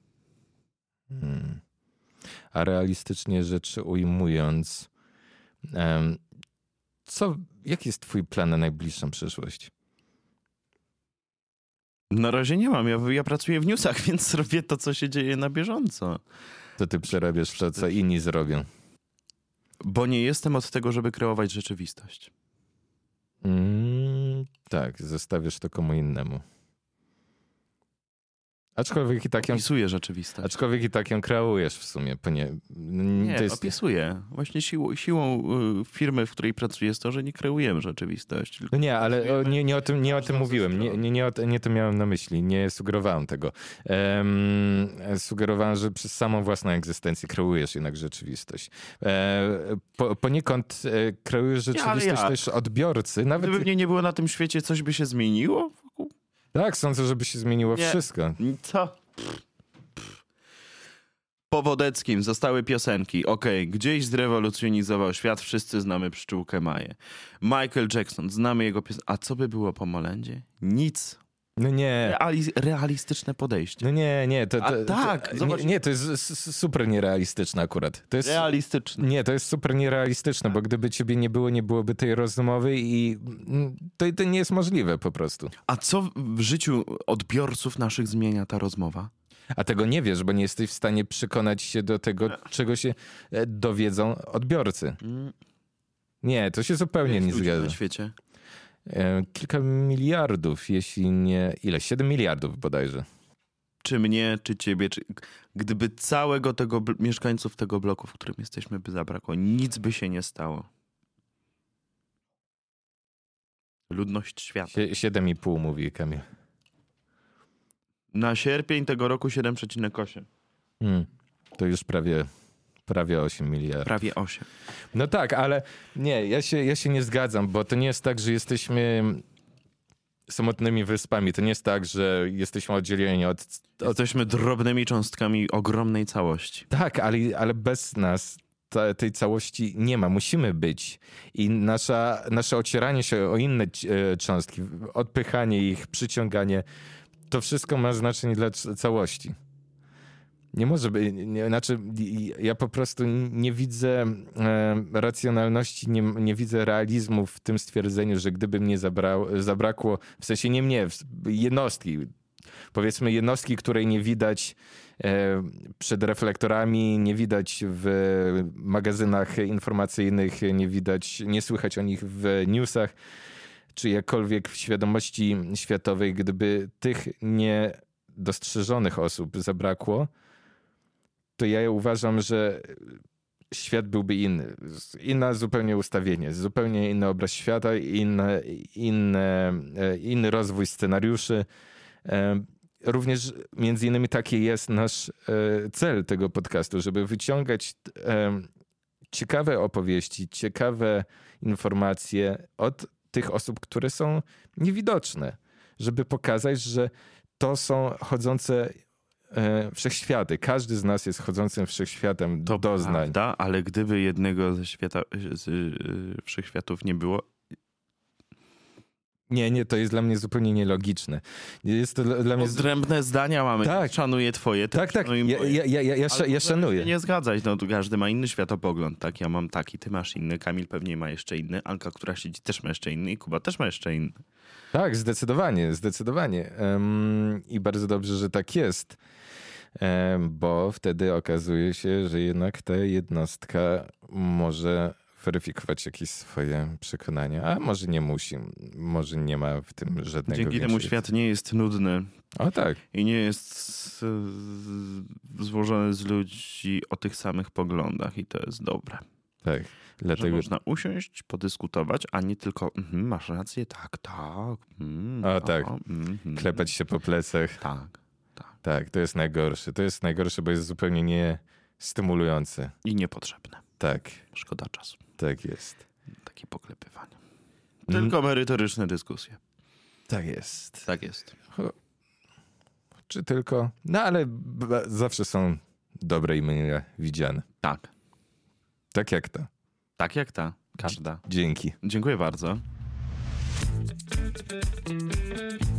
Hmm. A realistycznie rzecz ujmując, em, co, jaki jest twój plan na najbliższą przyszłość? Na razie nie mam. Ja, ja pracuję w newsach, więc robię to, co się dzieje na bieżąco. To ty przerabiasz to, co inni zrobią. Bo nie jestem od tego, żeby kreować rzeczywistość. Mm, tak, zostawiasz to komu innemu. Aczkolwiek i tak ją, Opisuję rzeczywistość. aczkolwiek i tak ją kreujesz w sumie. Bo nie, Nie, to jest, opisuję. Właśnie siłą, siłą y, firmy, w której pracuję, jest to, że nie kreujemy rzeczywistość. Tylko no nie, ale o, nie, nie o tym, nie o tym każdą ze mówiłem. Nie, stron. nie, nie, o, nie to miałem na myśli. Nie sugerowałem tego. Em, sugerowałem, że przez samą własną egzystencję kreujesz jednak rzeczywistość. E, po, poniekąd e, kreujesz ale rzeczywistość jak? też odbiorcy. Nawet, Gdyby mnie nie było na tym świecie, coś by się zmieniło? wokół? tak, sądzę, żeby się zmieniło Nie. wszystko. Co? Po Wodeckim zostały piosenki. Okej, gdzieś zrewolucjonizował świat, wszyscy znamy Pszczółkę Maję. Michael Jackson, znamy jego piosenki. A co by było po Molendzie? Nic. No nie. Reali- realistyczne podejście. No nie, nie. To, to, A tak, to, zobacz. nie, nie, to jest s- s- super nierealistyczne akurat. To jest, Realistyczne. nie, to jest super nierealistyczne, bo gdyby ciebie nie było, nie byłoby tej rozmowy i mm, to, to nie jest możliwe po prostu. A co w życiu odbiorców naszych zmienia ta rozmowa? A tego nie wiesz, bo nie jesteś w stanie przekonać się do tego, czego się e, dowiedzą odbiorcy. Nie, to się zupełnie Jest nie ludzi zgadza. na świecie. E, Kilka miliardów, jeśli nie... Ile? Siedem miliardów bodajże. Czy mnie, czy ciebie, czy... Gdyby całego tego bl- mieszkańców tego bloku, w którym jesteśmy, by zabrakło, nic by się nie stało. Ludność świata. Sie- Siedem i pół mówi Kamil. Na sierpień tego roku siedem przecinek osiem. Hmm. To już prawie, prawie osiem miliardów. Prawie osiem. No tak, ale nie, ja się, ja się nie zgadzam, bo to nie jest tak, że jesteśmy samotnymi wyspami. To nie jest tak, że jesteśmy oddzieleni od... od... Jesteśmy drobnymi cząstkami ogromnej całości. Tak, ale, ale bez nas ta, tej całości nie ma. Musimy być. I nasza, nasze ocieranie się o inne e, cząstki, odpychanie ich, przyciąganie, to wszystko ma znaczenie dla c- całości. Nie może być, nie, znaczy ja po prostu nie widzę e, racjonalności, nie, nie widzę realizmu w tym stwierdzeniu, że gdyby mnie zabrał, zabrakło, w sensie nie mnie, jednostki, powiedzmy jednostki, której nie widać e, przed reflektorami, nie widać w magazynach informacyjnych, nie widać, nie słychać o nich w newsach, czy jakkolwiek w świadomości światowej, gdyby tych niedostrzeżonych osób zabrakło, to ja uważam, że świat byłby inny. Inne zupełnie ustawienie, zupełnie inny obraz świata, inne, inne, inny rozwój scenariuszy. Również między innymi taki jest nasz cel tego podcastu, żeby wyciągać ciekawe opowieści, ciekawe informacje od tych osób, które są niewidoczne, żeby pokazać, że to są chodzące wszechświaty. Każdy z nas jest chodzącym wszechświatem To doznań. prawda, ale gdyby jednego ze świata, z, y, wszechświatów nie było, Nie, nie, to jest dla mnie zupełnie nielogiczne. Jest to dla, dla mnie... odrębne zdania mamy. Tak. Szanuję twoje. ty Tak, tak, szanuj ja, moje. ja, ja, ja, ja, sz- Ale ja możemy szanuję. się nie zgadzać, no tu każdy ma inny światopogląd, tak? Ja mam taki, ty masz inny, Kamil pewnie ma jeszcze inny, Anka, która siedzi, też ma jeszcze inny i Kuba też ma jeszcze inny. Tak, zdecydowanie, zdecydowanie. Um, I bardzo dobrze, że tak jest, um, bo wtedy okazuje się, że jednak ta jednostka może weryfikować jakieś swoje przekonania, a może nie musi, może nie ma w tym żadnego Dzięki temu większej- świat nie jest nudny O tak, i nie jest e, złożony z ludzi o tych samych poglądach i to jest dobre. tak. Że Dlatego... można usiąść, podyskutować, a nie tylko mhm, masz rację, tak, tak. Mm, O, tak. mhm, Klepać się po plecach. Tak, tak. Tak, to jest najgorsze. To jest najgorsze, bo jest zupełnie niestymulujące. I niepotrzebne. Tak, Szkoda czasu. tak jest. Takie poklepywanie. Mm. Tylko merytoryczne dyskusje. Tak jest. Tak jest. Czy tylko? No ale b- zawsze są dobre i mile widziane. Tak. Tak jak to. Tak jak ta. Każda. Dzięki. Dziękuję bardzo.